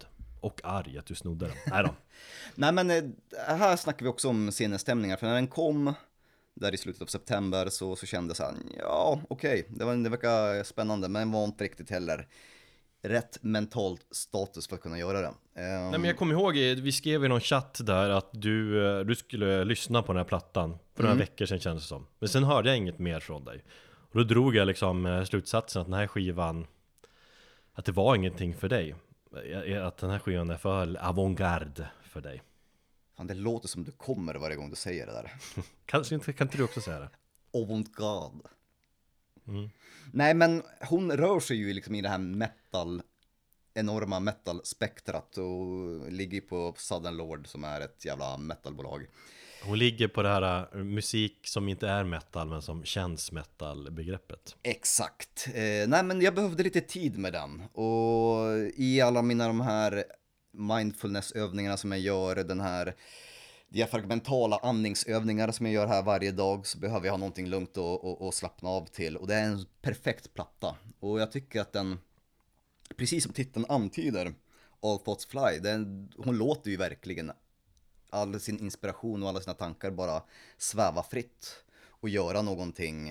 och arg att du snodde den. Nej då. Nej men eh, här snackar vi också om sinnesstämningar, för när den kom där i slutet av september så, så kände jag så här, ja okej, okay. det, var, det verkar spännande, men var inte riktigt heller rätt mentalt status för att kunna göra det. Um... Nej men jag kommer ihåg, vi skrev i någon chatt där att du, du skulle lyssna på den här plattan för några mm. veckor sedan kändes det som. Men sen hörde jag inget mer från dig. Och då drog jag liksom slutsatsen att den här skivan, att det var ingenting för dig. Att den här skivan är för avantgarde för dig. Fan, det låter som du kommer varje gång du säger det där. kan, kan inte du också säga det? Avantgarde. Mm. Nej men hon rör sig ju liksom i det här metal, enorma metal-spektrat och ligger på Southern Lord som är ett jävla metalbolag. Hon ligger på det här uh, musik som inte är metal men som känns metal-begreppet. Exakt. Eh, nej men jag behövde lite tid med den. Och i alla mina de här mindfulness-övningarna som jag gör, den här diafragmentala andningsövningar som jag gör här varje dag, så behöver jag ha någonting lugnt och, och, och slappna av till. Och det är en perfekt platta. Och jag tycker att den, precis som titeln antyder, All Thoughts Fly, den, hon låter ju verkligen all sin inspiration och alla sina tankar bara sväva fritt och göra någonting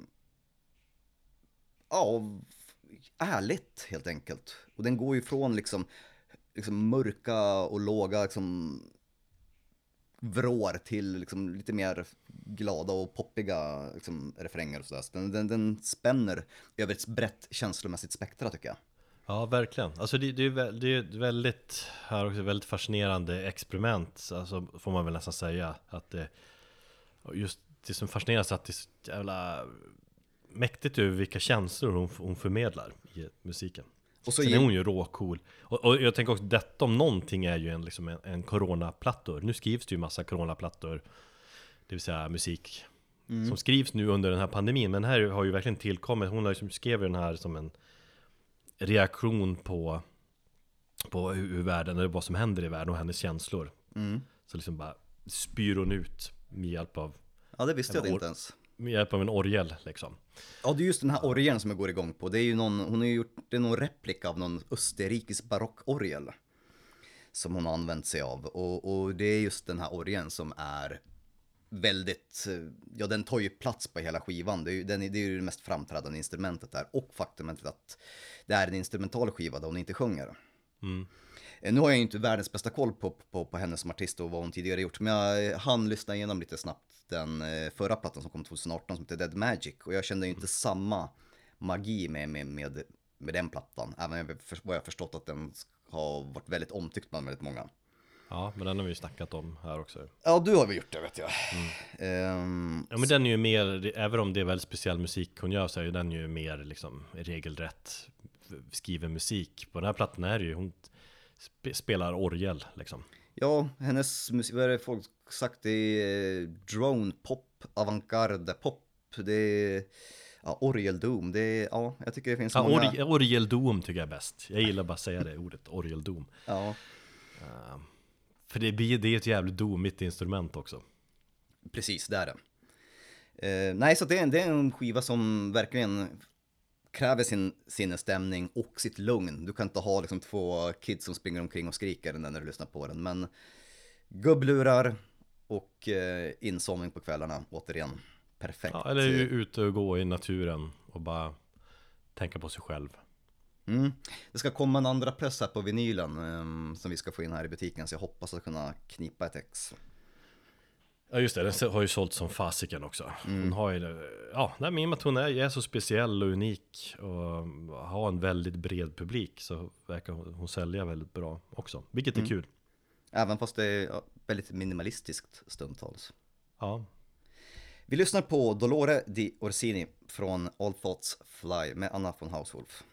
ja, ärligt helt enkelt. Och den går ju från liksom, liksom mörka och låga liksom vrår till liksom lite mer glada och poppiga liksom refränger och sådär. Så den, den, den spänner över ett brett känslomässigt spektra tycker jag. Ja, verkligen. Alltså det, det, är, det är väldigt, här också väldigt fascinerande experiment, alltså får man väl nästan säga. Att det, just det som fascineras att det är så jävla mäktigt över vilka känslor hon, hon förmedlar i musiken. Och så Sen är hon ju råcool. Och, och jag tänker också, detta om någonting är ju en, liksom en, en coronaplattor. Nu skrivs det ju massa coronaplattor, det vill säga musik mm. som skrivs nu under den här pandemin. Men här har ju verkligen tillkommit, hon har ju skrev den här som en reaktion på, på hur, hur världen, eller vad som händer i världen och hennes känslor. Mm. Så liksom bara spyr hon ut med hjälp av ja, det visste jag inte ens. Med hjälp av en orgel liksom. Ja, det är just den här orgeln som jag går igång på. Det är ju någon, hon har ju gjort, det är någon replika av någon österrikisk barockorgel som hon har använt sig av. Och, och det är just den här orgeln som är väldigt, ja den tar ju plats på hela skivan. Det är ju, den, det är ju det mest framträdande instrumentet där. Och faktumet att det är en instrumental skiva där hon inte sjunger. Mm. Nu har jag ju inte världens bästa koll på, på, på henne som artist och vad hon tidigare gjort. Men jag hann lyssna igenom lite snabbt den förra plattan som kom tjugo arton som heter Dead Magic. Och jag kände ju inte mm. samma magi med, med, med, med den plattan. Även vad jag förstått att den har varit väldigt omtyckt bland väldigt många. Ja, men den har vi ju snackat om här också. Ja, du har vi gjort det vet jag. Mm. Um, ja, men den är ju mer, även om det är väldigt speciell musik hon gör, så är den ju mer liksom regelrätt skriven musik. På den här plattan är det ju, hon sp- spelar orgel liksom. Ja, hennes musik, vad är det folk sagt, det är drone pop, avantgarde pop, det är ja, orgeldoom, det är, ja, jag tycker det finns ja, många... Or- orgeldoom tycker jag är bäst. Jag gillar bara att säga det ordet, orgeldoom. Ja. Uh, för det, blir, det är ett jävligt domigt instrument också. Precis, det är det. Uh, nej, så det är, det är en skiva som verkligen kräver sin sinnesstämning och sitt lugn. Du kan inte ha liksom två kids som springer omkring och skriker när du lyssnar på den. Men gubblurar och eh, insomning på kvällarna, återigen, perfekt. Ja, eller ute och gå i naturen och bara tänka på sig själv. Mm. Det ska komma en andra press här på vinylen eh, som vi ska få in här i butiken, så jag hoppas att kunna knipa ett ex. Ja just det, den har ju sålt som fasiken också. Hon mm. har ju, ja, nej, men i och med att hon är, är så speciell och unik och har en väldigt bred publik, så verkar hon sälja väldigt bra också, vilket är mm. kul. Även fast det är väldigt minimalistiskt stundtals. Ja. Vi lyssnar på Dolore di Orsini från All Thoughts Fly med Anna von Hauswolf.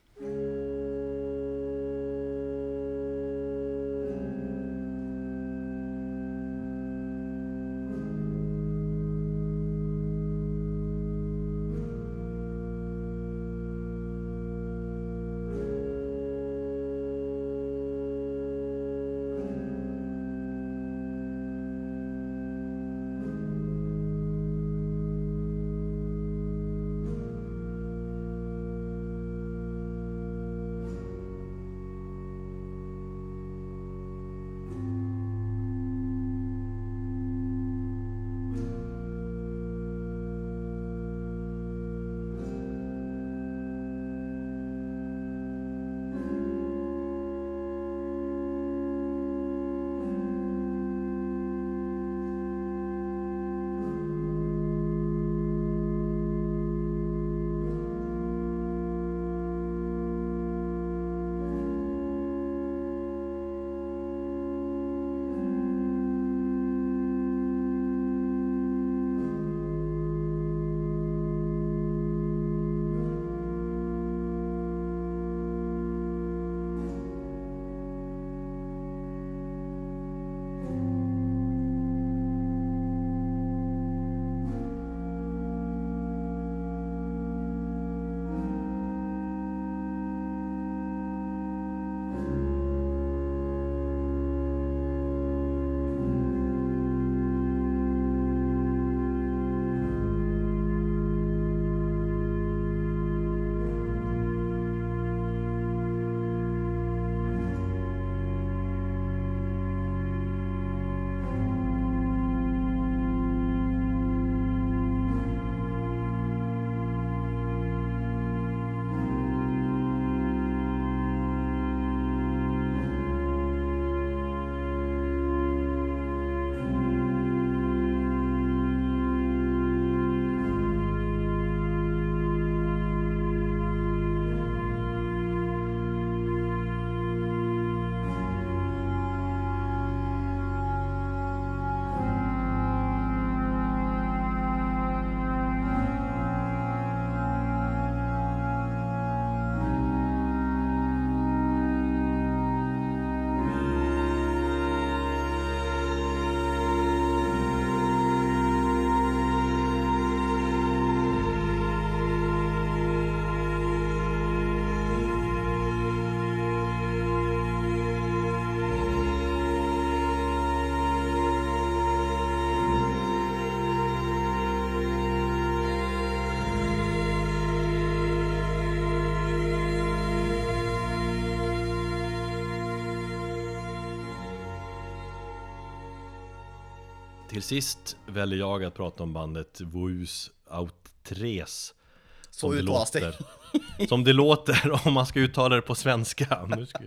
Till sist väljer jag att prata om bandet Vous Outres. Som det låter. Som det låter om man ska uttala det på svenska. Nu ska...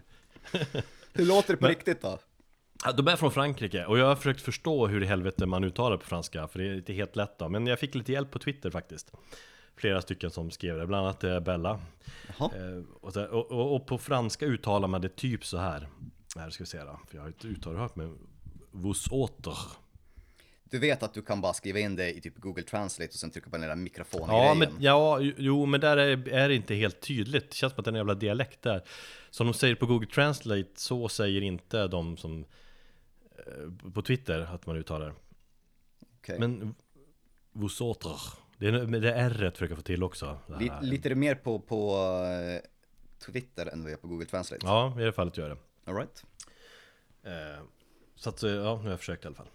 Hur låter det på Men... riktigt då? Ja, de är från Frankrike och jag har försökt förstå hur i helvete man uttalar det på franska, för det är inte helt lätt då. Men jag fick lite hjälp på Twitter faktiskt. Flera stycken som skrev det, bland annat eh, Bella. eh, och, så, och, och, och på franska uttalar man det typ så här. Här ska vi se då, för jag har inte uttalat med Vous Outres. Du vet att du kan bara skriva in det i typ Google Translate och sen trycka på den där mikrofonen. Ja, men, ja, jo, men där är, är det inte helt tydligt. Det känns som att det är en jävla dialekt där. Som de säger på Google Translate, så säger inte de som eh, på Twitter att man uttalar. Okay. Men Vous Outres, det är det R-et försöker få till också. Lite, lite mer på, på uh, Twitter än vad jag är på Google Translate. Ja, i det fallet gör det. All right. Eh, så att, ja, nu har jag försökt i alla fall.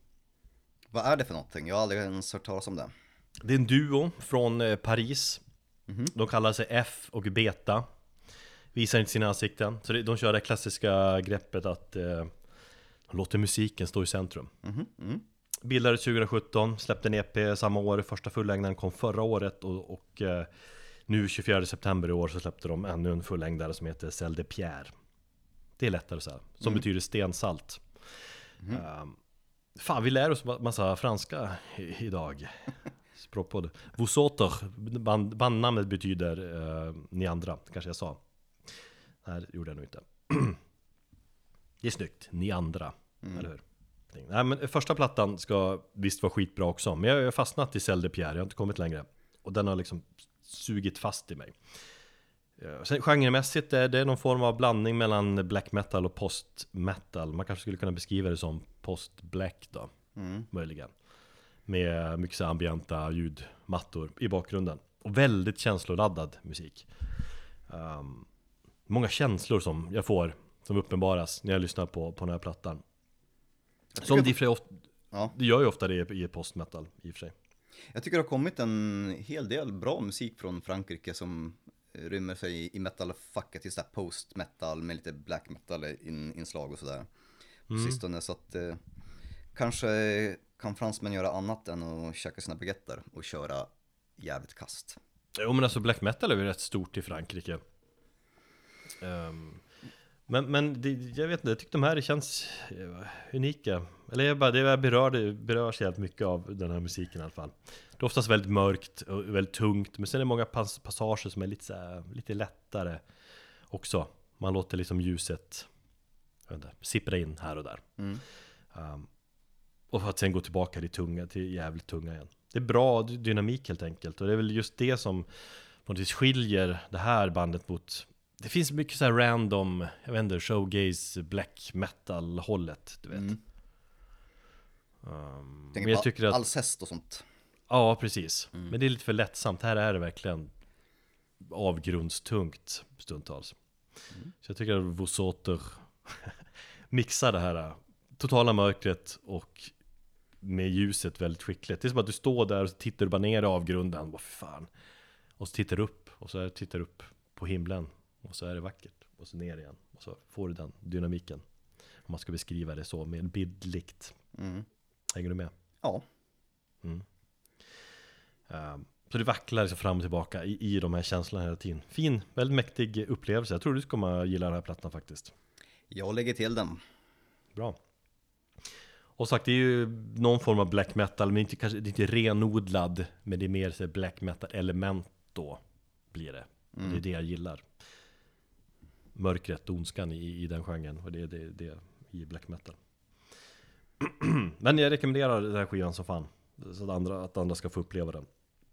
Vad är det för någonting? Jag har aldrig ens hört talas om det. Det är en duo från eh, Paris. Mm-hmm. De kallar sig F och Beta. Visar inte sina ansikten. Så det, de kör det klassiska greppet att eh, de låter musiken stå i centrum. Mm-hmm. Mm. Bildades tjugohundrasjutton, släppte en E P samma år. Första fullängdaren kom förra året. Och, och eh, nu tjugofjärde september i år så släppte de ännu en fullängdare som heter Celle de Pierre. Det är lättare så här. Som mm. betyder stensalt. Mm. Um, Fan, vi lär oss massa franska i- idag. Språkpodd. Vous Outres, band, bandnamnet betyder uh, ni andra, kanske jag sa. Nej, det gjorde jag nog inte. Det är snyggt, ni andra, mm. eller hur? Nej, men första plattan ska visst vara skitbra också. Men jag har fastnat i Celle de Pierre, jag har inte kommit längre. Och den har liksom sugit fast i mig. Sen genremässigt är det någon form av blandning mellan black metal och post metal. Man kanske skulle kunna beskriva det som post black då, mm. möjligen. Med mycket så ambienta ljudmattor i bakgrunden. Och väldigt känsloladdad musik. Um, många känslor som jag får, som uppenbaras när jag lyssnar på, på den här plattan. Som det, det, ofta, ja. det gör ju ofta det i post metal i och för sig. Jag tycker det har kommit en hel del bra musik från Frankrike som rymmer sig i metal-facket, just där post-metal med lite black metal-inslag och sådär. Mm. Sistone, så att eh, kanske kan fransmän göra annat än att käka sina baguetter och köra jävligt kast. Jo, men alltså black metal är ju rätt stort i Frankrike. Um, men men det, jag vet inte, jag tycker de här känns unika. Eller jag bara, det berör, det berörs helt mycket av den här musiken i alla fall. Det är oftast väldigt mörkt och väldigt tungt. Men sen är det många pass- passager som är lite, så här, lite lättare också. Man låter liksom ljuset jag vet inte, sippra in här och där. Mm. Um, och för att sen gå tillbaka till tunga, till jävligt tunga igen. Det är bra dynamik helt enkelt. Och det är väl just det som på något vis skiljer det här bandet mot... Det finns mycket så här random, jag vet inte, showgaze, black metal hållet, du vet. Mm. Um, men jag tycker att Alcest och sånt. Ja, precis. Mm. Men det är lite för lättsamt. Här är det verkligen avgrundstungt stundtals. Mm. Så jag tycker att Vous Outres mixar det här totala mörkret och med ljuset väldigt skickligt. Det är som att du står där och så tittar du bara ner i avgrunden. Vad fan. Och så tittar du upp och så tittar du upp på himlen. Och så är det vackert. Och så ner igen. Och så får du den dynamiken. Om man ska beskriva det så med bildligt. Mm. Hänger du med? Ja. Mm. Um, så det vacklar liksom fram och tillbaka i, i de här känslorna hela tiden. Fin, väldigt mäktig upplevelse. Jag tror du kommer gilla den här plattan faktiskt. Jag lägger till den. Bra. Och sagt, det är ju någon form av black metal, men inte, kanske, det är inte renodlad, men det är mer så black metal element då blir det. Mm. Det är det jag gillar. Mörkret, ondskan i, i den genren, och det är det, det i black metal. Men jag rekommenderar den här skivan som fan, så att andra, att andra ska få uppleva den.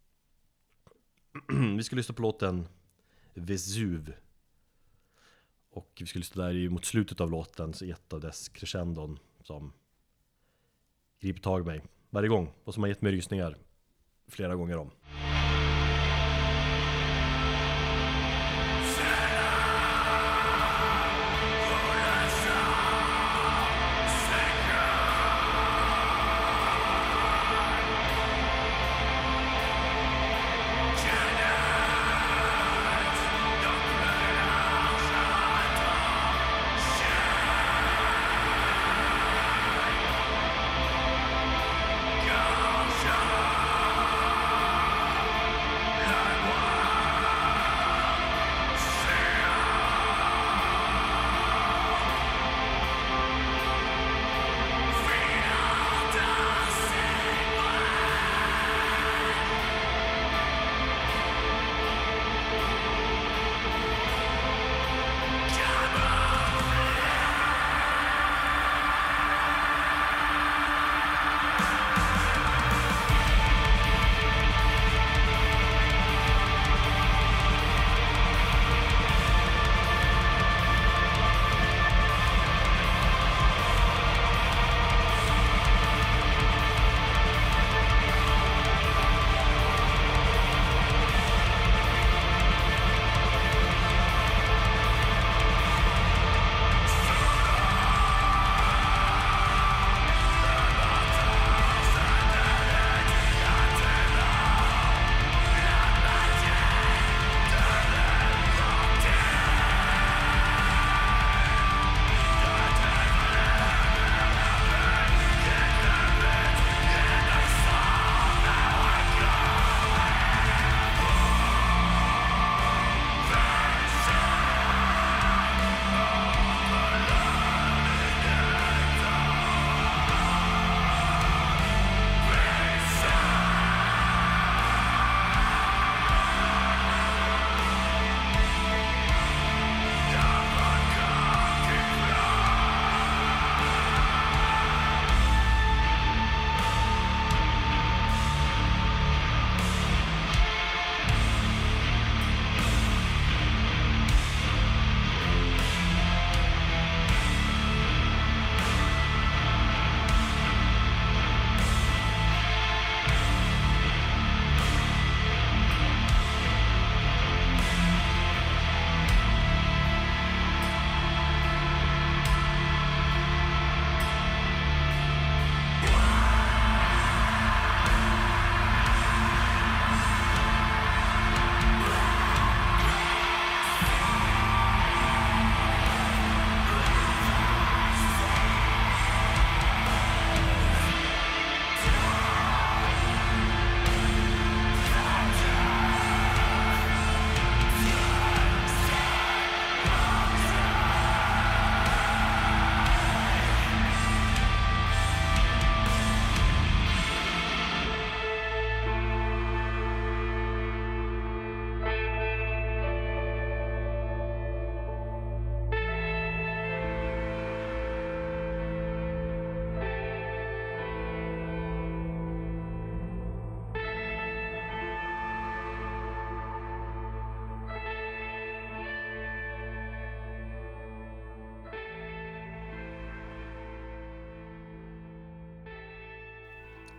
Vi ska lyssna på låten Vesuv. Och vi ska lyssna där mot slutet av låten, så ett av dess crescendon som griper tag i mig varje gång och som har gett mig rysningar flera gånger om.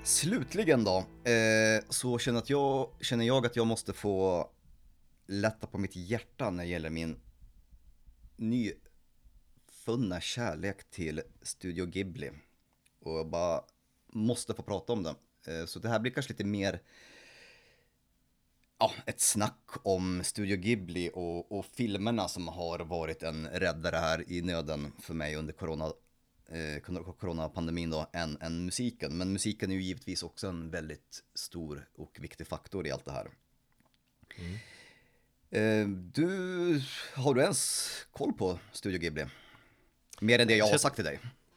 Slutligen då, eh, så känner, att jag, känner jag att jag måste få lätta på mitt hjärta när det gäller min nyfunna kärlek till Studio Ghibli. Och jag bara måste få prata om det. Eh, så det här blir kanske lite mer ja, ett snack om Studio Ghibli och, och filmerna som har varit en räddare här i nöden för mig under corona. Eh, coronapandemin då, än, än musiken. Men musiken är ju givetvis också en väldigt stor och viktig faktor i allt det här. Mm. Eh, du, har du ens koll på Studio Ghibli? Mer än det jag har sagt till dig.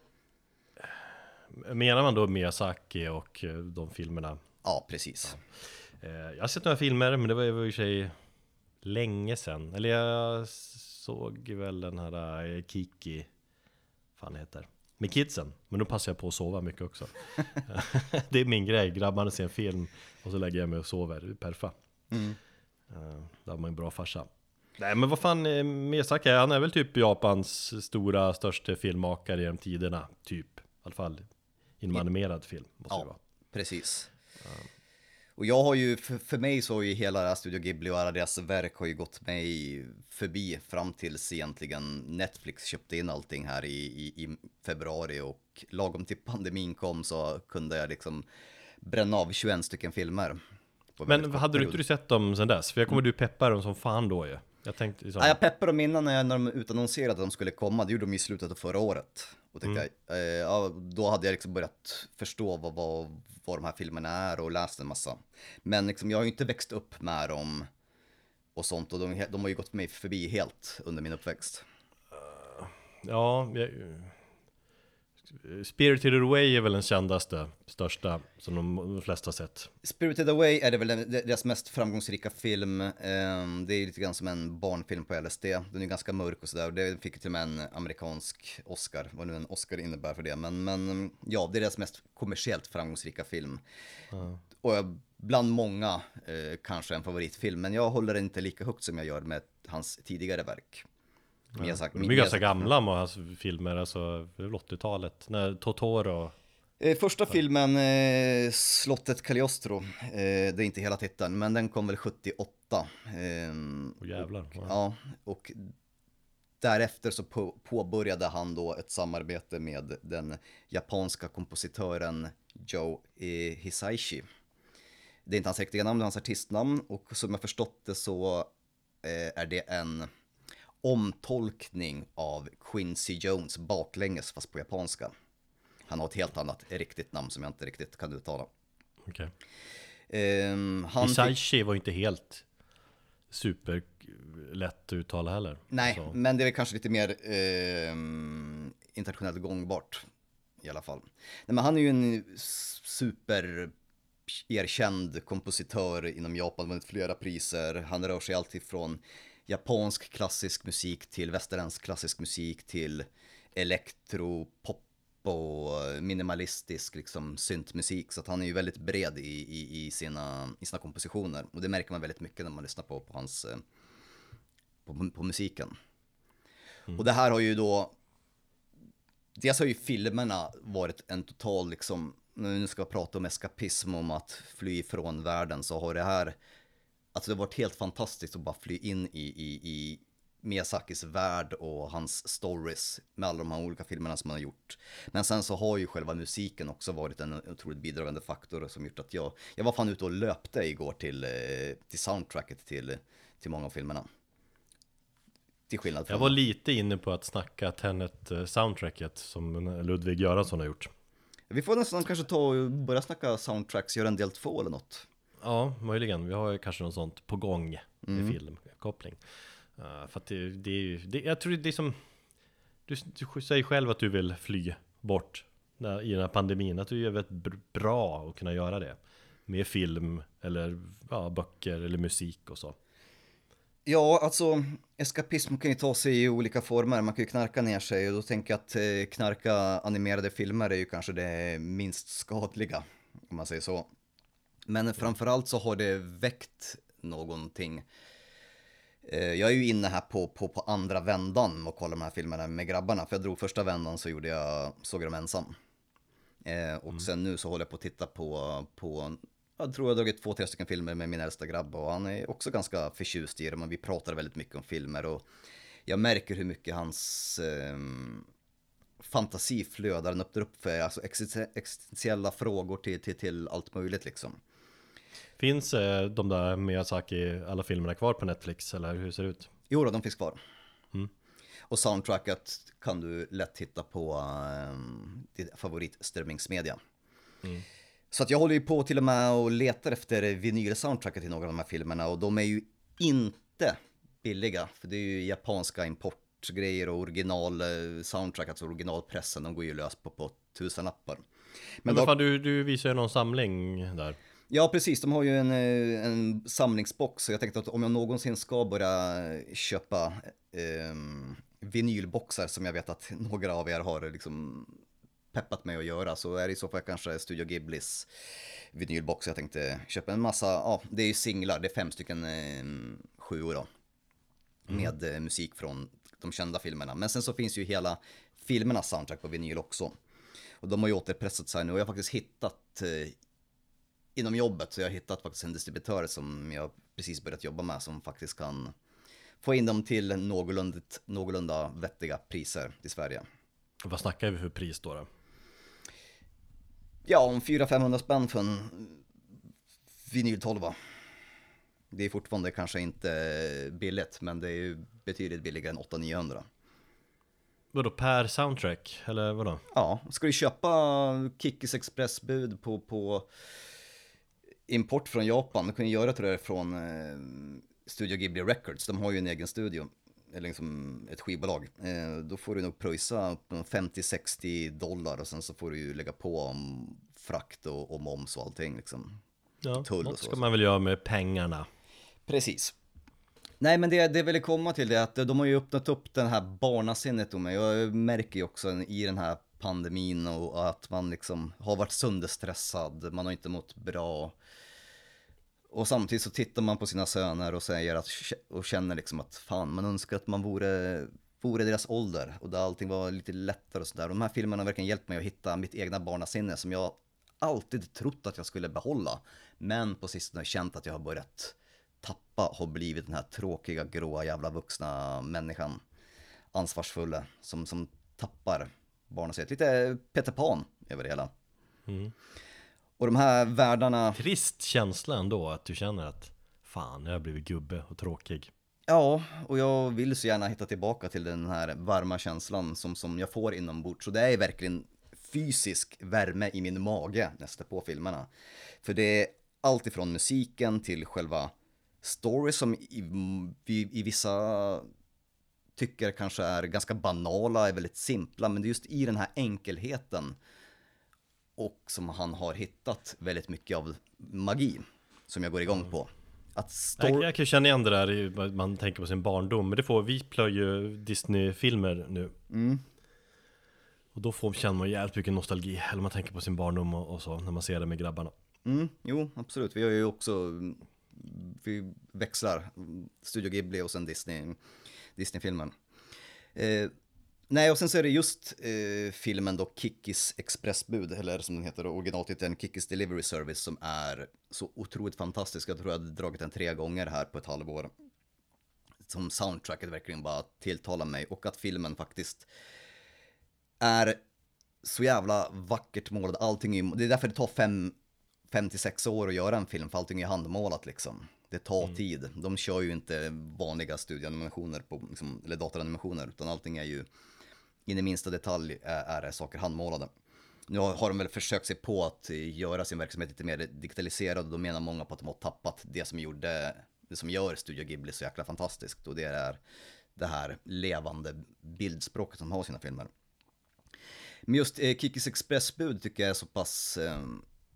Menar man då Miyazaki och de filmerna? Ja, precis. Ja. Eh, jag har sett några filmer, men det var ju i sig länge sedan. Eller jag såg väl den här eh, Kiki, fan heter med kidsen, men då passar jag på att sova mycket också. Det är min grej, grabbarna ser en film och så lägger jag mig och sover, perfa. Mm. Där har man en bra farsa. Nej men vad fan, Miyazaki, han är väl typ Japans stora, största filmmakare genom tiderna, typ. I alla fall inom animerad film, måste ja, det vara. Precis. Ja. Och jag har ju, för, för mig så har ju hela Studio Ghibli och alla deras verk har ju gått mig förbi fram tills egentligen Netflix köpte in allting här i, i, i februari, och lagom till pandemin kom så kunde jag liksom bränna av tjugoett stycken filmer. Men hade du inte sett dem sen dess? För jag kommer mm. du peppa dem som fan då ju. Jag tänkte liksom... ja, jag peppade dem innan när, jag, när de utannonserade att de skulle komma. Det gjorde de i slutet av förra året. Och tänkte mm. jag, eh, ja, då hade jag liksom börjat förstå vad, vad, vad de här filmerna är och läst en massa. Men liksom, jag har ju inte växt upp med dem och sånt. Och de, de har ju gått mig förbi helt under min uppväxt. Uh, ja, jag... Spirited Away är väl den kändaste, största som de flesta har sett. Spirited Away är det väl deras mest framgångsrika film. Det är lite grann som en barnfilm på L S D. Den är ganska mörk och sådär. Det fick till och med en amerikansk Oscar, vad nu en Oscar innebär för det. Men, men ja, det är deras mest kommersiellt framgångsrika film. Mm. Och bland många eh, kanske en favoritfilm. Men jag håller den inte lika högt som jag gör med hans tidigare verk. Ja. De är ganska gamla med hans filmer, alltså åttiotalet, när Totoro. eh, Första filmen, eh, Slottet Cagliostro, eh, det är inte hela titeln, men den kom väl sjuttioåtta. eh, oh, jävlar. Och, ja, och därefter så på, påbörjade han då ett samarbete med den japanska kompositören Joe eh, Hisaishi. Det är inte hans riktiga namn, det är hans artistnamn, och som jag förstått det så eh, är det en omtolkning av Quincy Jones baklänges fast på japanska. Han har ett helt annat riktigt namn som jag inte riktigt kan uttala. Okej. Okay. Um, Hisaishi fick... var inte helt super lätt att uttala heller. Nej, så. Men det är kanske lite mer um, internationellt gångbart i alla fall. Nej, men han är ju en super erkänd kompositör inom Japan, vunnit flera priser. Han rör sig alltid från japansk klassisk musik till västerländsk klassisk musik till elektro, pop och minimalistisk liksom syntmusik. Så att han är ju väldigt bred i, i, i, sina, i sina kompositioner. Och det märker man väldigt mycket när man lyssnar på, på hans på, på musiken. Mm. Och det här har ju då, dels har ju filmerna varit en total liksom, när vi ska prata om eskapism, om att fly ifrån världen, så har det här, alltså det har varit helt fantastiskt att bara fly in i, i, i Miyazakis värld och hans stories med alla de här olika filmerna som han har gjort. Men sen så har ju själva musiken också varit en otroligt bidragande faktor som gjort att jag, jag var fan ute och löpte igår till, till soundtracket till, till många av filmerna. Till skillnad från... Jag var lite inne på att snacka Tenet-soundtracket som Ludvig Göransson har gjort. Vi får nästan kanske ta och börja snacka soundtracks, göra en del två eller något. Ja, möjligen. Vi har ju kanske något sånt på gång med mm. filmkoppling. Uh, för att det, det är ju, det, jag tror det är som, du, du säger själv att du vill fly bort när, i den här pandemin. Att du är väldigt bra att kunna göra det. Med film eller ja, böcker eller musik och så. Ja, alltså eskapism kan ju ta sig i olika former. Man kan ju knarka ner sig, och då tänker jag att eh, knarka animerade filmer är ju kanske det minst skadliga, om man säger så. Men framförallt så har det väckt någonting. Eh, jag är ju inne här på, på, på andra vändan och kollar de här filmerna med grabbarna. För jag drog första vändan så gjorde jag, såg jag dem ensam. Eh, och mm. sen nu så håller jag på att titta på, på jag tror jag har dragit två, tre stycken filmer med min äldsta grabb och han är också ganska förtjust i det, men vi pratar väldigt mycket om filmer och jag märker hur mycket hans eh, fantasi flödar, den öppnar upp för alltså existentiella frågor till, till, till allt möjligt liksom. Finns eh, de där Miyazaki, alla filmerna kvar på Netflix eller hur ser det ut? Jo då, de finns kvar. Mm. Och soundtracket kan du lätt hitta på um, din favoritströmmingsmedia. Mm. Så att jag håller ju på till och med och letar efter vinyl-soundtracket till några av de här filmerna och de är ju inte billiga, för det är ju japanska importgrejer och original soundtrack, alltså originalpressen, de går ju lös på, på tusenlappar. Men, Men då, fan, du, du visar ju någon samling där. Ja, precis. De har ju en, en samlingsbox. Så jag tänkte att om jag någonsin ska börja köpa eh, vinylboxar som jag vet att några av er har liksom peppat mig att göra, så är det i så fall kanske Studio Ghiblis vinylbox. Jag tänkte köpa en massa, ja, det är ju singlar, det är fem stycken eh, sjuor då. Mm. Med eh, musik från de kända filmerna. Men sen så finns ju hela filmernas soundtrack på vinyl också. Och de har ju återpressat sig nu och jag har faktiskt hittat eh, inom jobbet, så jag har hittat faktiskt en distributör som jag precis börjat jobba med som faktiskt kan få in dem till någorlunda, någorlunda vettiga priser i Sverige. Vad snackar vi för pris då? då? Ja, om fyra till femhundra spänn för en vinyl tolva. Det är fortfarande kanske inte billigt, men det är ju betydligt billigare än åtta till niohundra. Vadå, per soundtrack? Eller vadå? Ja, ska du köpa Kikis Expressbud på, på import från Japan, du kan ju göra tror jag från eh, Studio Ghibli Records, de har ju en egen studio, eller liksom ett skivbolag. Eh, då får du nog pröjsa femtio till sextio dollar och sen så får du ju lägga på om frakt och, och moms och allting liksom. Ja, tull något och så. Ska man väl göra med pengarna. Precis. Nej, men det, det vill komma till det att de har ju öppnat upp den här barnasinnet om mig. Jag märker ju också i den här pandemin och att man liksom har varit sönderstressad, man har inte mått bra. Och samtidigt så tittar man på sina söner och säger att, och känner liksom att fan, man önskar att man vore, vore deras ålder och där allting var lite lättare och sådär. De här filmerna har verkligen hjälpt mig att hitta mitt egna barnasinne som jag alltid trott att jag skulle behålla. Men på sistone har jag känt att jag har börjat tappa, har blivit den här tråkiga, gråa, jävla vuxna människan. Ansvarsfulla, som, som tappar barnasinnet. Lite Peter Pan över det hela. Mm. Och de här världarna... Trist känsla ändå att du känner att fan, jag har blivit gubbe och tråkig. Ja, och jag vill så gärna hitta tillbaka till den här varma känslan som, som jag får inombords. Så det är verkligen fysisk värme i min mage nästa på filmerna. För det är allt ifrån musiken till själva story som i, i, i vissa tycker kanske är ganska banala, är väldigt simpla. Men det är just i den här enkelheten och som han har hittat väldigt mycket av magi som jag går igång på. Att story... jag, jag kan känna igen det där, man tänker på sin barndom. Men det får, vi plöjer ju Disney-filmer nu. Mm. Och då får, känner man jävligt mycket nostalgi. Eller man tänker på sin barndom och, och så, när man ser det med grabbarna. Mm, jo, absolut. Vi har ju också, vi växlar Studio Ghibli och sen Disney, Disney-filmen. Eh, Nej, och sen så är det just eh, filmen då Kikis Expressbud, eller som den heter originaltiteln Kikis Delivery Service, som är så otroligt fantastisk. Jag tror jag hade dragit den tre gånger här på ett halvår. Som soundtracket verkligen bara tilltalar mig, och att filmen faktiskt är så jävla vackert målad. Allting är, det är därför det tar fem, fem till sex år att göra en film, för allting är handmålat liksom. Det tar mm. tid. De kör ju inte vanliga studioanimationer på, liksom, eller datoranimationer, utan allting är ju in i minsta detalj är, är saker handmålade. Nu har de väl försökt sig på att göra sin verksamhet lite mer digitaliserad, och då menar många på att de har tappat det som gjorde, det som gör Studio Ghibli så jäkla fantastiskt, och det är det här levande bildspråket som har sina filmer. Men just eh, Kikis Expressbud tycker jag är så pass eh,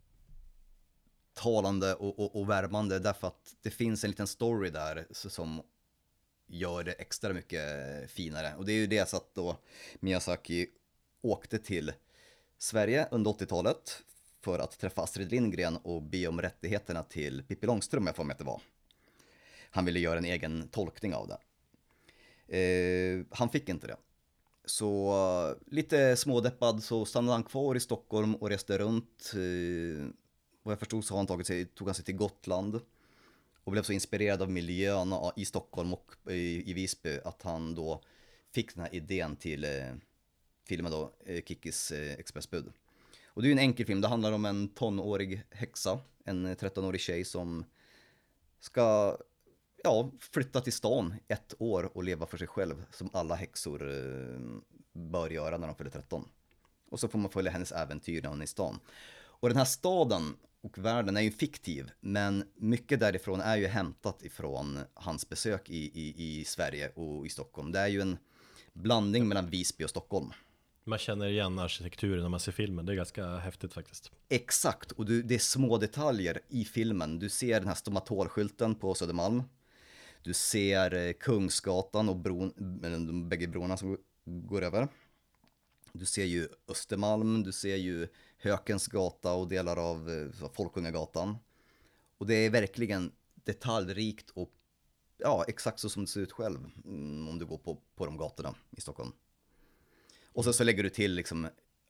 talande och, och, och värmande, därför att det finns en liten story där som gör det extra mycket finare. Och det är ju det så att då Miyazaki åkte till Sverige under åttiotalet för att träffa Astrid Lindgren och be om rättigheterna till Pippi Långstrump, jag får mig att det var. Han ville göra en egen tolkning av det. Eh, han fick inte det. Så uh, lite smådeppad så stannade han kvar i Stockholm och reste runt. Uh, vad jag förstod så har han tagit sig, tog han sig till Gotland och blev så inspirerad av miljön i Stockholm och i, i Visby att han då fick den här idén till uh, filmen då, uh, Kickis uh, expressbud. Och det är ju en enkel film, det handlar om en tonårig häxa, en trettonårig tjej som ska ja, flytta till stan ett år och leva för sig själv som alla häxor eh, bör göra när de fyller tretton. Och så får man följa hennes äventyr när hon är i stan. Och den här staden och världen är ju fiktiv, men mycket därifrån är ju hämtat ifrån hans besök i, i, i Sverige och i Stockholm. Det är ju en blandning mellan Visby och Stockholm. Man känner igen arkitekturen när man ser filmen, det är ganska häftigt faktiskt. Exakt, och du, det är små detaljer i filmen. Du ser den här stomatolskylten på Södermalm. Du ser eh, Kungsgatan och bron, de bägge broarna som går över. Du ser ju Östermalm, du ser ju Hökens gata och delar av eh, Folkungagatan. Och det är verkligen detaljrikt och ja, exakt så som det ser ut själv mm, om du går på, på de gatorna i Stockholm. Och så, så lägger du till liksom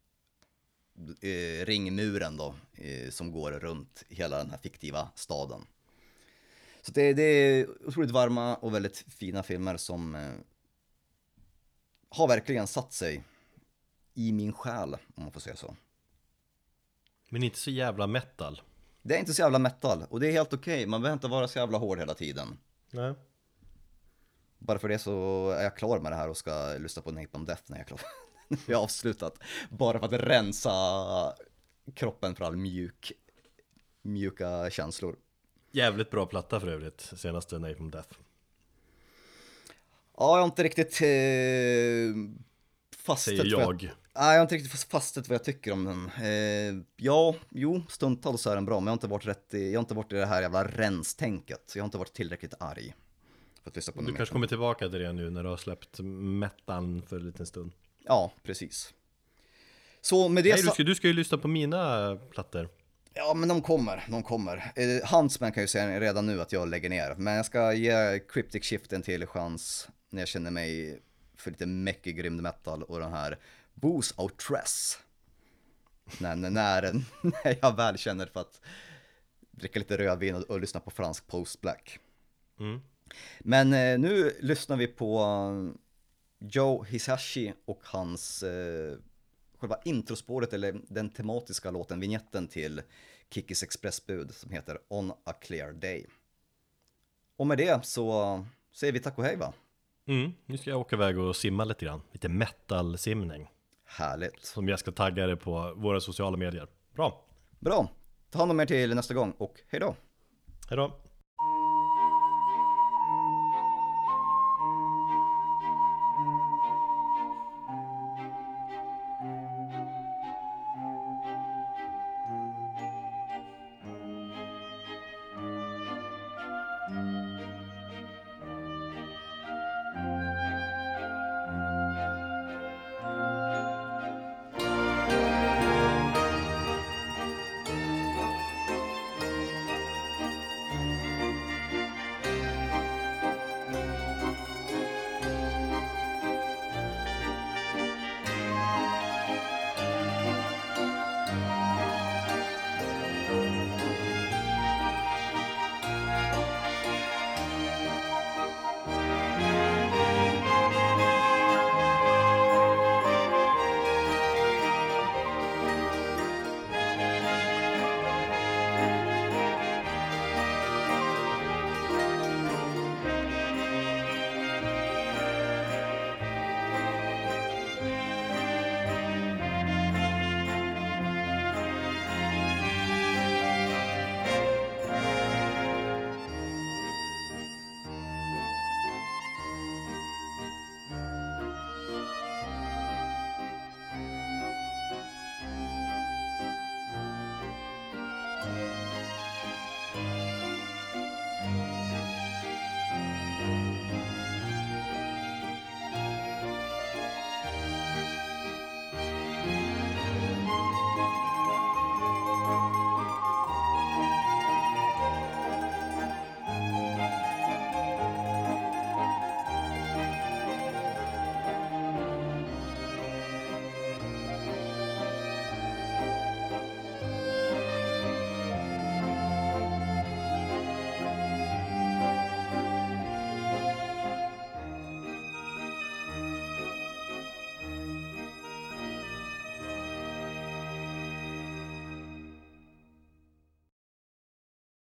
eh, ringmuren då, eh, som går runt hela den här fiktiva staden. Så det, det är otroligt varma och väldigt fina filmer som eh, har verkligen satt sig i min själ, om man får säga så. Men inte så jävla metal. Det är inte så jävla metal, och det är helt okej. Man behöver inte vara så jävla hård hela tiden. Nej. Bara för det så är jag klar med det här och ska lyssna på Napalm Death när jag är klar. Jag har avslutat. Bara för att rensa kroppen för all mjuk, mjuka känslor. Jävligt bra platta för övrigt, senaste Napalm Death. Ja, jag har inte riktigt eh, fastställt. Säger jag. jag. Nej, jag har inte riktigt fastställt vad jag tycker om den. Eh, ja, jo, stundtals så är den bra, men jag har inte varit rätt i, jag har inte varit i det här jävla renstänket. Jag har inte varit tillräckligt arg för att lyssna på den. Du kanske kommer tillbaka till det nu när du har släppt metan för en liten stund. Ja, precis. Så med det Nej, så... du ska, du ska ju lyssna på mina plattor. Ja, men de kommer, de kommer. Eh, Huntsman kan ju säga redan nu att jag lägger ner. Men jag ska ge Cryptic Shift en till chans när jag känner mig för lite mäckig grymd metal och den här Booze Out Tress. När, när, när jag väl känner för att dricka lite rödvin och, och lyssna på fransk post-black. Mm. Men eh, nu lyssnar vi på Joe Hisaishi och hans eh, själva introspåret, eller den tematiska låten, vignetten till Kickis expressbud som heter On a Clear Day. Och med det så säger vi tack och hej, va? Mm, nu ska jag åka iväg och simma lite grann. Lite metal-simning. Härligt. Som jag ska tagga det på våra sociala medier. Bra. Bra. Ta hand om er till nästa gång och hej då. Hej då.